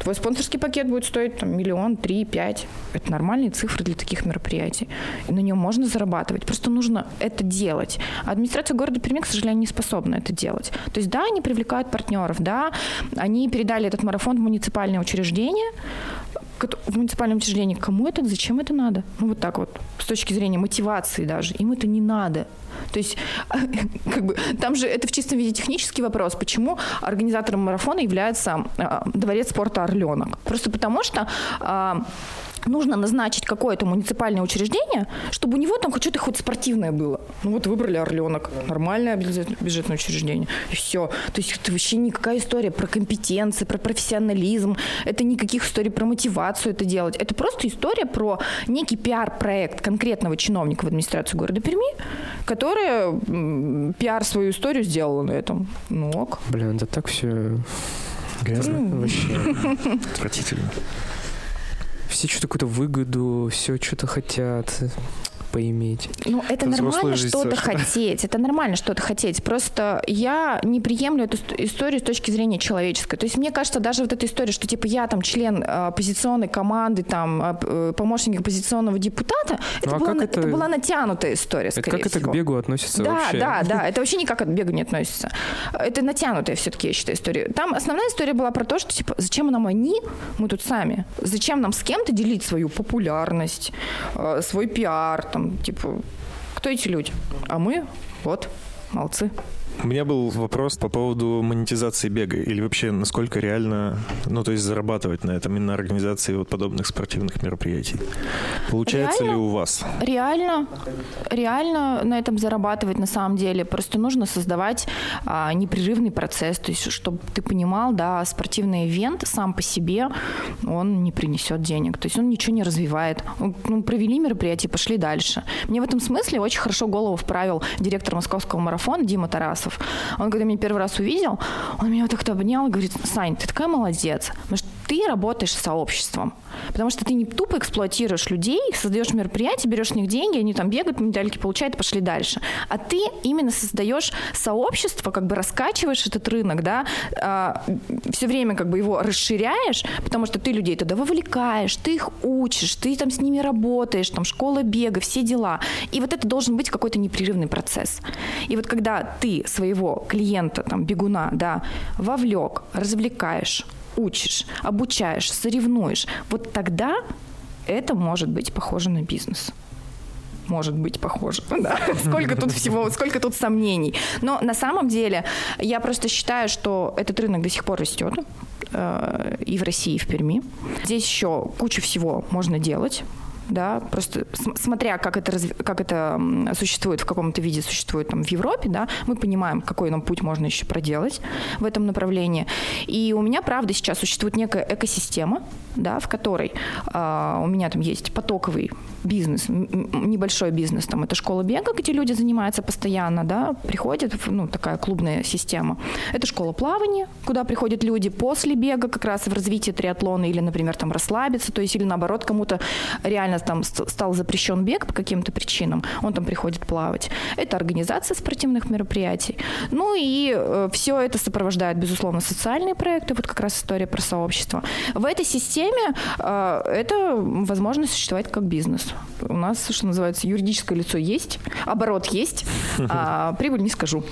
Твой спонсорский пакет будет стоить там, миллион, три, пять. Это нормальные цифры для таких мероприятий. И на нем можно зарабатывать. Просто нужно это делать. А администрация города Перми, к сожалению, не способна это делать. То есть, да, они привлекают партнеров, да, они передали этот марафон в муниципальное учреждение. В муниципальном учреждении кому это, зачем это надо? Ну, вот так вот, с точки зрения мотивации даже. Им это не надо. То есть, как бы, там же это в чистом виде технический вопрос. Почему организатором марафона является э, дворец спорта «Орленок»? Просто потому что э, нужно назначить какое-то муниципальное учреждение, чтобы у него там хоть что-то хоть спортивное было. Ну вот выбрали «Орленок», нормальное бюджетное учреждение, и все. То есть это вообще никакая история про компетенции, про профессионализм, это никаких историй про мотивацию это делать. Это просто история про некий пиар-проект конкретного чиновника в администрации города Перми, которая м, пиар свою историю сделала на этом. Ну ок. Блин, да так все грязно. Mm. Вообще. Отвратительно. Все что-то какую-то выгоду, все что-то хотят поиметь. Ну, это, это нормально что-то хотеть. Это нормально что-то хотеть. Просто я не приемлю эту историю с точки зрения человеческой. То есть мне кажется, даже вот эта история, что типа я там член оппозиционной команды, там помощник оппозиционного депутата, ну, это, а была, это... это была натянутая история, это скорее как всего. Это к бегу относится да, вообще? Да, да, да. Это вообще никак к бегу не относится. Это натянутая все-таки, я считаю, история. Там основная история была про то, что типа зачем нам они, мы тут сами, зачем нам с кем-то делить свою популярность, свой пиар, там, типа, кто эти люди? А мы, вот, молодцы. У меня был вопрос по поводу монетизации бега или вообще насколько реально, ну то есть зарабатывать на этом, именно организации вот подобных спортивных мероприятий. Получается реально? Ли у вас? Реально, реально на этом зарабатывать на самом деле. Просто нужно создавать а, непрерывный процесс, то есть чтобы ты понимал, да, спортивный ивент сам по себе, он не принесет денег, то есть он ничего не развивает. Ну, провели мероприятие, пошли дальше. Мне в этом смысле очень хорошо голову вправил директор московского марафона Дима Тарасов. Он, когда меня первый раз увидел, он меня вот так-то обнял и говорит: Сань, ты такая молодец, потому что ты работаешь с сообществом, потому что ты не тупо эксплуатируешь людей, создаешь мероприятия, берешь с них деньги, они там бегают, медальки получают и пошли дальше. А ты именно создаешь сообщество, как бы раскачиваешь этот рынок, да, а, все время как бы его расширяешь, потому что ты людей туда вовлекаешь, ты их учишь, ты там с ними работаешь, там школа бега, все дела. И вот это должен быть какой-то непрерывный процесс. И вот когда ты своего клиента, там, бегуна, да, вовлек, развлекаешь, учишь, обучаешь, соревнуешь, вот тогда это может быть похоже на бизнес. Может быть похоже. Да. Сколько тут всего, сколько тут сомнений. Но на самом деле я просто считаю, что этот рынок до сих пор растет э, и в России, и в Перми. Здесь еще кучу всего можно делать. Да, просто смотря как это, как это существует, в каком-то виде существует там в Европе, да, мы понимаем, какой нам путь можно еще проделать в этом направлении. И у меня, правда, сейчас существует некая экосистема, да, в которой э, у меня там есть потоковый бизнес, небольшой бизнес, там это школа бега, где люди занимаются постоянно, да, приходят, ну, такая клубная система. Это школа плавания, куда приходят люди после бега, как раз в развитии триатлона, или, например, там расслабиться, то есть, или наоборот, кому-то реально там стал запрещен бег по каким-то причинам, он там приходит плавать. Это организация спортивных мероприятий. Ну и э, все это сопровождает, безусловно, социальные проекты, вот как раз история про сообщество. В этой системе э, это возможно существовать как бизнес. У нас, что называется, юридическое лицо есть, оборот есть, а прибыль не скажу.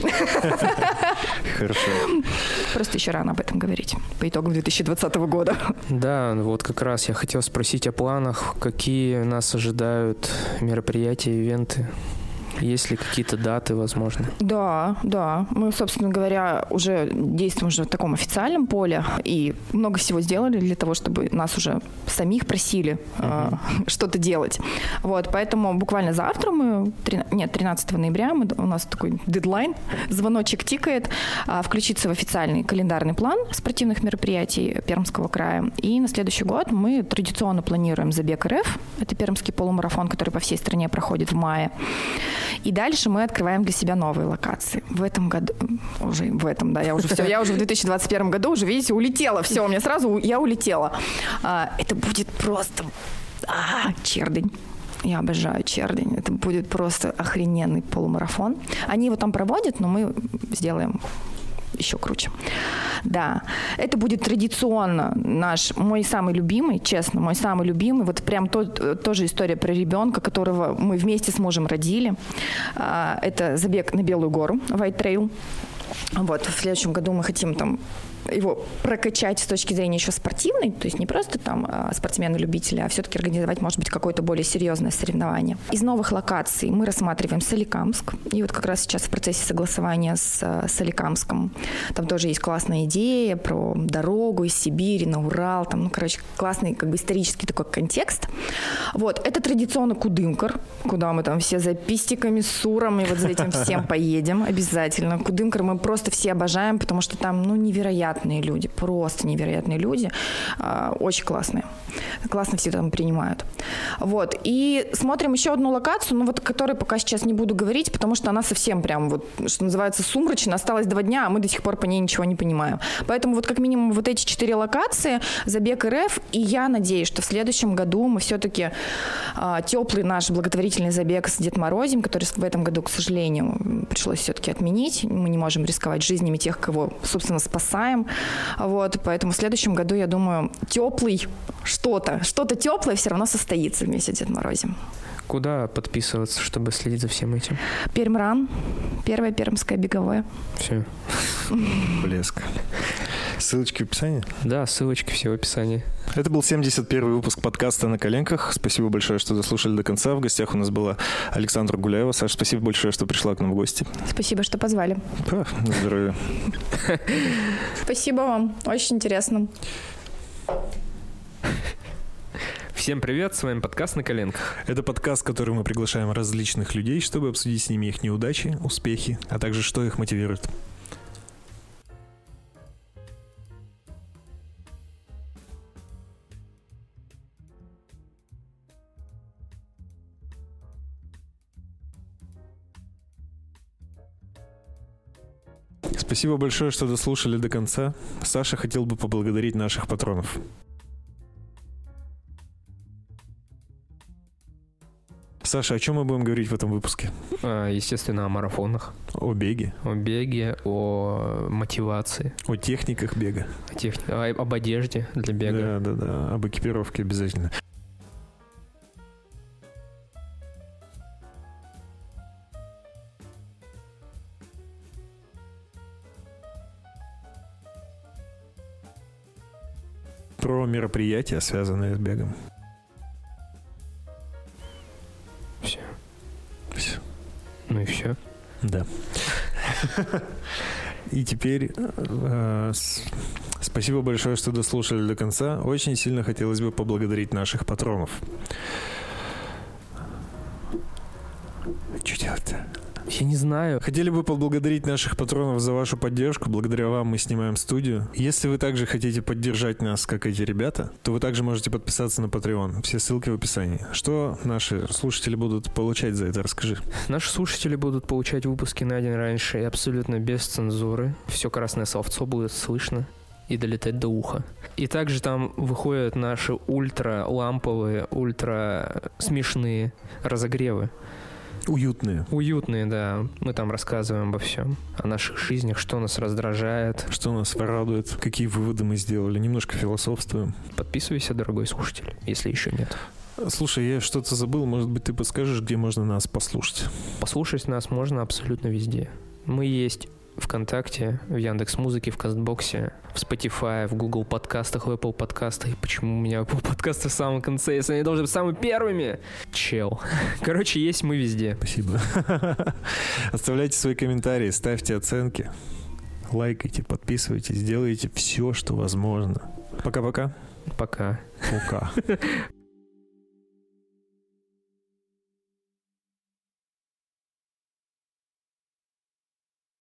Хорошо. Просто еще рано об этом говорить по итогам две тысячи двадцатого года. Да, вот как раз я хотел спросить о планах, какие нас ожидают мероприятия, ивенты. Есть ли какие-то даты, возможно? Да, да. Мы, собственно говоря, уже действуем уже в таком официальном поле и много всего сделали для того, чтобы нас уже самих просили uh-huh. э, что-то делать. Вот, поэтому буквально завтра мы, нет, тринадцатого ноября, мы, у нас такой дедлайн, звоночек тикает, э, включиться в официальный календарный план спортивных мероприятий Пермского края. И на следующий год мы традиционно планируем забег РФ. Это пермский полумарафон, который по всей стране проходит в мае. И дальше мы открываем для себя новые локации. В этом году, уже в этом, да, я уже все, я уже в две тысячи двадцать первом году уже, видите, улетела, все, у меня сразу, я улетела. А, это будет просто, а, Чердынь. Я обожаю Чердынь. Это будет просто охрененный полумарафон. Они его там проводят, но мы сделаем еще круче. Да, это будет традиционно наш, мой самый любимый, честно, мой самый любимый. Вот прям то, тоже история про ребенка, которого мы вместе с мужем родили. Это забег на Белую гору, White Trail. Вот, в следующем году мы хотим там его прокачать с точки зрения еще спортивной, то есть не просто там спортсмены-любители, а все-таки организовать, может быть, какое-то более серьезное соревнование. Из новых локаций мы рассматриваем Соликамск, и вот как раз сейчас в процессе согласования с Соликамском. Там тоже есть классная идея про дорогу из Сибири на Урал, там, ну, короче, классный как бы исторический такой контекст. Вот, это традиционно Кудымкар, куда мы там все за пистиками, с суром и вот за этим всем поедем обязательно. Кудымкар мы просто все обожаем, потому что там, ну, невероятно люди, просто невероятные люди, очень классные. Классно все там принимают. Вот. И смотрим еще одну локацию, ну вот, о которой пока сейчас не буду говорить, потому что она совсем прям, вот, что называется, сумрачна. Осталось два дня, а мы до сих пор по ней ничего не понимаем. Поэтому вот как минимум вот эти четыре локации, забег РФ, и я надеюсь, что в следующем году мы все-таки а, теплый наш благотворительный забег с Дед Морозем, который в этом году, к сожалению, пришлось все-таки отменить. Мы не можем рисковать жизнями тех, кого, собственно, спасаем. Вот, поэтому в следующем году, я думаю, теплый что-то, что-то теплое все равно состоится вместе с Дед Морозем. Куда подписываться, чтобы следить за всем этим? Пермран. Первое пермское беговое. Все. Блеск. Ссылочки в описании? Да, ссылочки все в описании. Это был семьдесят первый выпуск подкаста «На коленках». Спасибо большое, что дослушали до конца. В гостях у нас была Александра Гуляева. Саша, спасибо большое, что пришла к нам в гости. Спасибо, что позвали. А, на здоровье. Спасибо вам. Очень интересно. Всем привет, с вами подкаст «На коленках». Это подкаст, в который мы приглашаем различных людей, чтобы обсудить с ними их неудачи, успехи, а также что их мотивирует. Спасибо большое, что дослушали до конца. Саша хотел бы поблагодарить наших патронов. Саша, о чем мы будем говорить в этом выпуске? Естественно, о марафонах. О беге. О беге, о мотивации. О техниках бега. О техни... Об одежде для бега. Да, да, да. Об экипировке обязательно. Про мероприятия, связанные с бегом. Все. Все. Ну и все. Да. И теперь э, с, спасибо большое, что дослушали до конца. Очень сильно хотелось бы поблагодарить наших патронов. Что делать-то? Я не знаю. Хотели бы поблагодарить наших патронов за вашу поддержку. Благодаря вам мы снимаем студию. Если вы также хотите поддержать нас, как эти ребята, то вы также можете подписаться на Patreon. Все ссылки в описании. Что наши слушатели будут получать за это? Расскажи. Наши слушатели будут получать выпуски на день раньше и абсолютно без цензуры. Все красное словцо будет слышно и долетать до уха. И также там выходят наши ультра ламповые, ультра смешные разогревы. Уютные. Уютные, да. Мы там рассказываем обо всем. О наших жизнях, что нас раздражает. Что нас радует, какие выводы мы сделали. Немножко философствуем. Подписывайся, дорогой слушатель, если еще нет. Слушай, я что-то забыл. Может быть, ты подскажешь, где можно нас послушать? Послушать нас можно абсолютно везде. Мы есть ВКонтакте, в Яндекс.Музыке, в Кастбоксе, в Spotify, в Google подкастах, в Apple подкастах. И почему у меня Apple подкасты в самом конце, если они должны быть самыми первыми? Чел. Короче, есть мы везде. Спасибо. Оставляйте свои комментарии, ставьте оценки, лайкайте, подписывайтесь, делайте все, что возможно. Пока-пока. Пока. Пока.